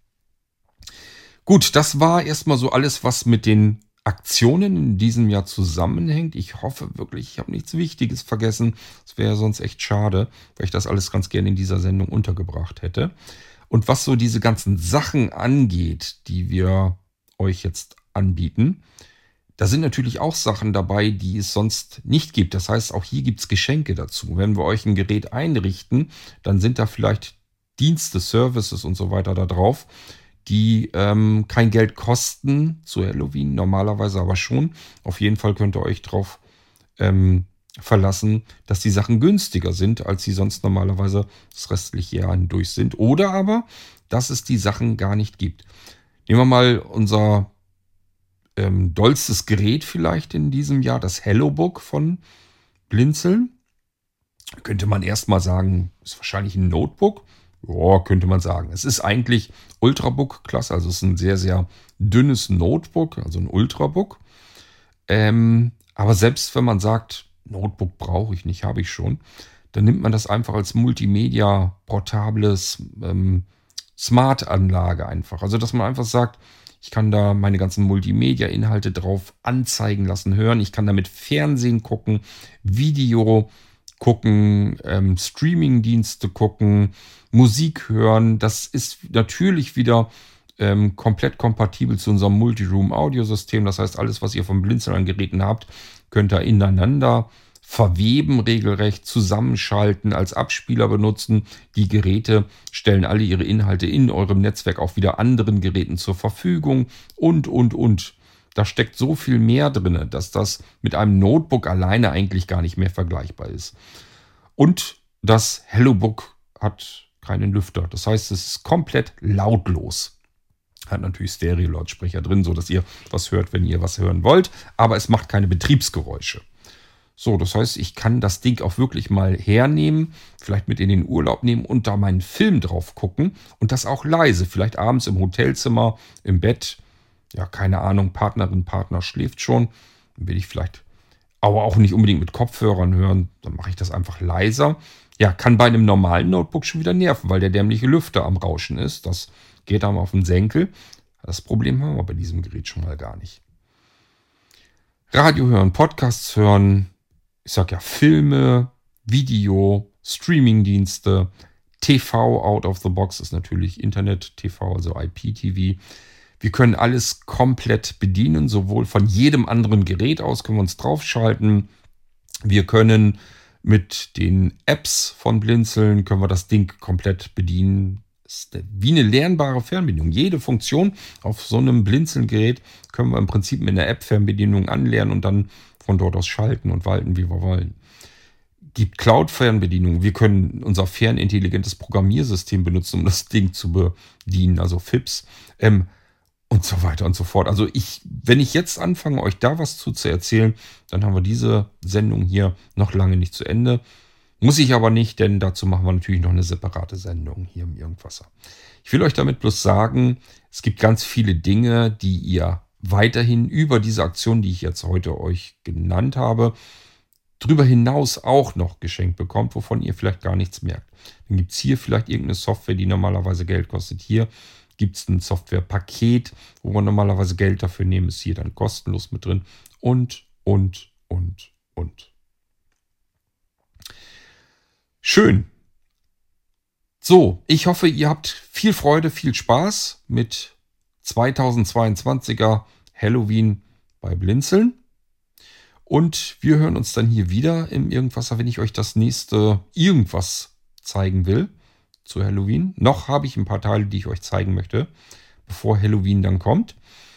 Gut, das war erstmal so alles, was mit den Aktionen in diesem Jahr zusammenhängt. Ich hoffe wirklich, ich habe nichts Wichtiges vergessen. Das wäre sonst echt schade, weil ich das alles ganz gerne in dieser Sendung untergebracht hätte. Und was so diese ganzen Sachen angeht, die wir euch jetzt anbieten, da sind natürlich auch Sachen dabei, die es sonst nicht gibt. Das heißt, auch hier gibt es Geschenke dazu. Wenn wir euch ein Gerät einrichten, dann sind da vielleicht Dienste, Services und so weiter da drauf, die kein Geld kosten zu Halloween, normalerweise aber schon. Auf jeden Fall könnt ihr euch drauf verlassen, dass die Sachen günstiger sind, als sie sonst normalerweise das restliche Jahr hindurch sind. Oder aber, dass es die Sachen gar nicht gibt. Nehmen wir mal unser dollstes Gerät vielleicht in diesem Jahr, das HelloBook von Blinzeln. Könnte man erstmal sagen, ist wahrscheinlich ein Notebook. Ja, könnte man sagen. Es ist eigentlich Ultrabook-Klasse, also es ist ein sehr, sehr dünnes Notebook, also ein Ultrabook. Aber selbst wenn man sagt, Notebook brauche ich nicht, habe ich schon, dann nimmt man das einfach als Multimedia-portables Smart-Anlage einfach. Also dass man einfach sagt, ich kann da meine ganzen Multimedia-Inhalte drauf anzeigen lassen, hören. Ich kann damit Fernsehen gucken, Video gucken, Streaming-Dienste gucken, Musik hören. Das ist natürlich wieder komplett kompatibel zu unserem Multiroom-Audiosystem. Das heißt, alles, was ihr von Blinzeln an Geräten habt, könnt ihr ineinander verweben, regelrecht zusammenschalten, als Abspieler benutzen. Die Geräte stellen alle ihre Inhalte in eurem Netzwerk auch wieder anderen Geräten zur Verfügung und. Da steckt so viel mehr drin, dass das mit einem Notebook alleine eigentlich gar nicht mehr vergleichbar ist. Und das HelloBook hat keinen Lüfter. Das heißt, es ist komplett lautlos. Hat natürlich Stereo-Lautsprecher drin, sodass ihr was hört, wenn ihr was hören wollt. Aber es macht keine Betriebsgeräusche. So, das heißt, ich kann das Ding auch wirklich mal hernehmen, vielleicht mit in den Urlaub nehmen und da meinen Film drauf gucken und das auch leise, vielleicht abends im Hotelzimmer, im Bett, ja, keine Ahnung, Partnerin, Partner schläft schon, dann will ich vielleicht aber auch nicht unbedingt mit Kopfhörern hören, dann mache ich das einfach leiser. Ja, kann bei einem normalen Notebook schon wieder nerven, weil der dämliche Lüfter am Rauschen ist, das geht einem auf den Senkel. Das Problem haben wir bei diesem Gerät schon mal gar nicht. Radio hören, Podcasts hören, ich sag ja Filme, Video, Streamingdienste, TV out of the box ist natürlich Internet-TV, also IPTV. Wir können alles komplett bedienen, sowohl von jedem anderen Gerät aus können wir uns draufschalten. Wir können mit den Apps von Blinzeln, können wir das Ding komplett bedienen. Das ist wie eine lernbare Fernbedienung. Jede Funktion auf so einem Blinzeln-Gerät können wir im Prinzip mit einer App-Fernbedienung anlernen und dann von dort aus schalten und walten, wie wir wollen. Gibt Cloud-Fernbedienung. Wir können unser fernintelligentes Programmiersystem benutzen, um das Ding zu bedienen, also FIPS. und so weiter und so fort. Also wenn ich jetzt anfange, euch da was zu erzählen, dann haben wir diese Sendung hier noch lange nicht zu Ende. Muss ich aber nicht, denn dazu machen wir natürlich noch eine separate Sendung hier im Irgendwasser. Ich will euch damit bloß sagen, es gibt ganz viele Dinge, die ihr weiterhin über diese Aktion, die ich jetzt heute euch genannt habe, darüber hinaus auch noch geschenkt bekommt, wovon ihr vielleicht gar nichts merkt. Dann gibt es hier vielleicht irgendeine Software, die normalerweise Geld kostet. Hier gibt es ein Softwarepaket, wo wir normalerweise Geld dafür nehmen, ist hier dann kostenlos mit drin und. Schön. So, ich hoffe, ihr habt viel Freude, viel Spaß mit 2022er Halloween bei Blinzeln. Und wir hören uns dann hier wieder im Irgendwasser, wenn ich euch das nächste Irgendwas zeigen will zu Halloween. Noch habe ich ein paar Teile, die ich euch zeigen möchte, bevor Halloween dann kommt.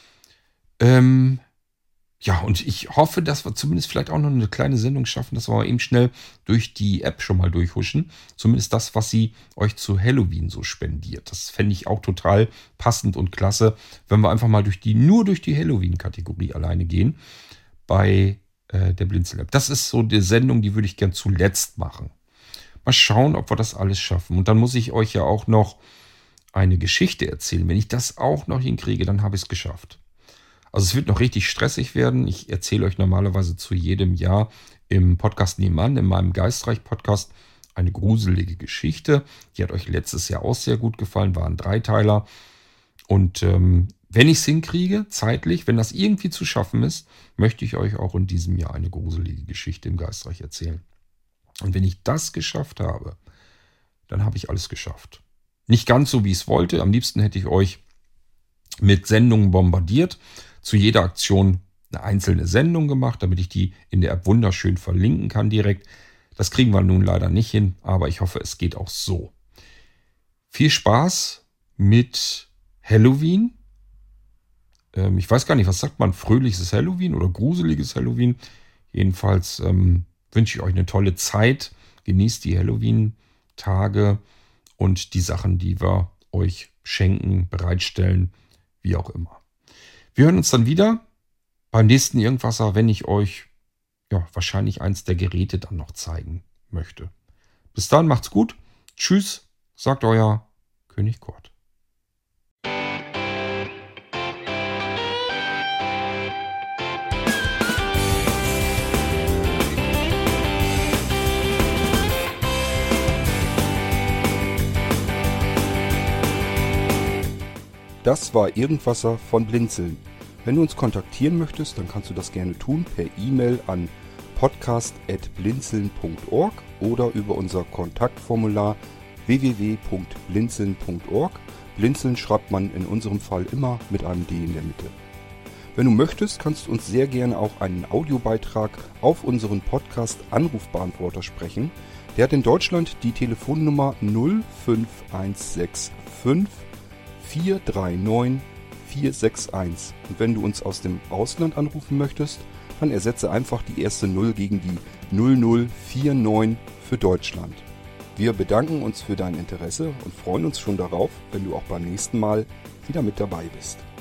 Ja, und ich hoffe, dass wir zumindest vielleicht auch noch eine kleine Sendung schaffen, dass wir mal eben schnell durch die App schon mal durchhuschen. Zumindest das, was sie euch zu Halloween so spendiert. Das fände ich auch total passend und klasse, wenn wir einfach mal nur durch die Halloween-Kategorie alleine gehen bei der Blinzeln-App. Das ist so die Sendung, die würde ich gern zuletzt machen. Mal schauen, ob wir das alles schaffen. Und dann muss ich euch ja auch noch eine Geschichte erzählen. Wenn ich das auch noch hinkriege, dann habe ich es geschafft. Also es wird noch richtig stressig werden. Ich erzähle euch normalerweise zu jedem Jahr im Podcast nebenan, in meinem Geistreich-Podcast, eine gruselige Geschichte. Die hat euch letztes Jahr auch sehr gut gefallen, war ein Dreiteiler. Und wenn ich es hinkriege, zeitlich, wenn das irgendwie zu schaffen ist, möchte ich euch auch in diesem Jahr eine gruselige Geschichte im Geistreich erzählen. Und wenn ich das geschafft habe, dann habe ich alles geschafft. Nicht ganz so, wie ich es wollte. Am liebsten hätte ich euch mit Sendungen bombardiert. Zu jeder Aktion eine einzelne Sendung gemacht, damit ich die in der App wunderschön verlinken kann direkt. Das kriegen wir nun leider nicht hin, aber ich hoffe, es geht auch so. Viel Spaß mit Halloween. Ich weiß gar nicht, was sagt man? Fröhliches Halloween oder gruseliges Halloween? Jedenfalls wünsche ich euch eine tolle Zeit. Genießt die Halloween-Tage und die Sachen, die wir euch schenken, bereitstellen, wie auch immer. Wir hören uns dann wieder beim nächsten Irgendwasser, wenn ich euch wahrscheinlich eins der Geräte dann noch zeigen möchte. Bis dann, macht's gut. Tschüss, sagt euer König Kurt. Das war Irgendwasser von Blinzeln. Wenn du uns kontaktieren möchtest, dann kannst du das gerne tun per E-Mail an podcast@blinzeln.org oder über unser Kontaktformular www.blinzeln.org. Blinzeln schreibt man in unserem Fall immer mit einem D in der Mitte. Wenn du möchtest, kannst du uns sehr gerne auch einen Audiobeitrag auf unseren Podcast Anrufbeantworter sprechen. Der hat in Deutschland die Telefonnummer 05165 439 461. Und wenn du uns aus dem Ausland anrufen möchtest, dann ersetze einfach die erste 0 gegen die 0049 für Deutschland. Wir bedanken uns für dein Interesse und freuen uns schon darauf, wenn du auch beim nächsten Mal wieder mit dabei bist.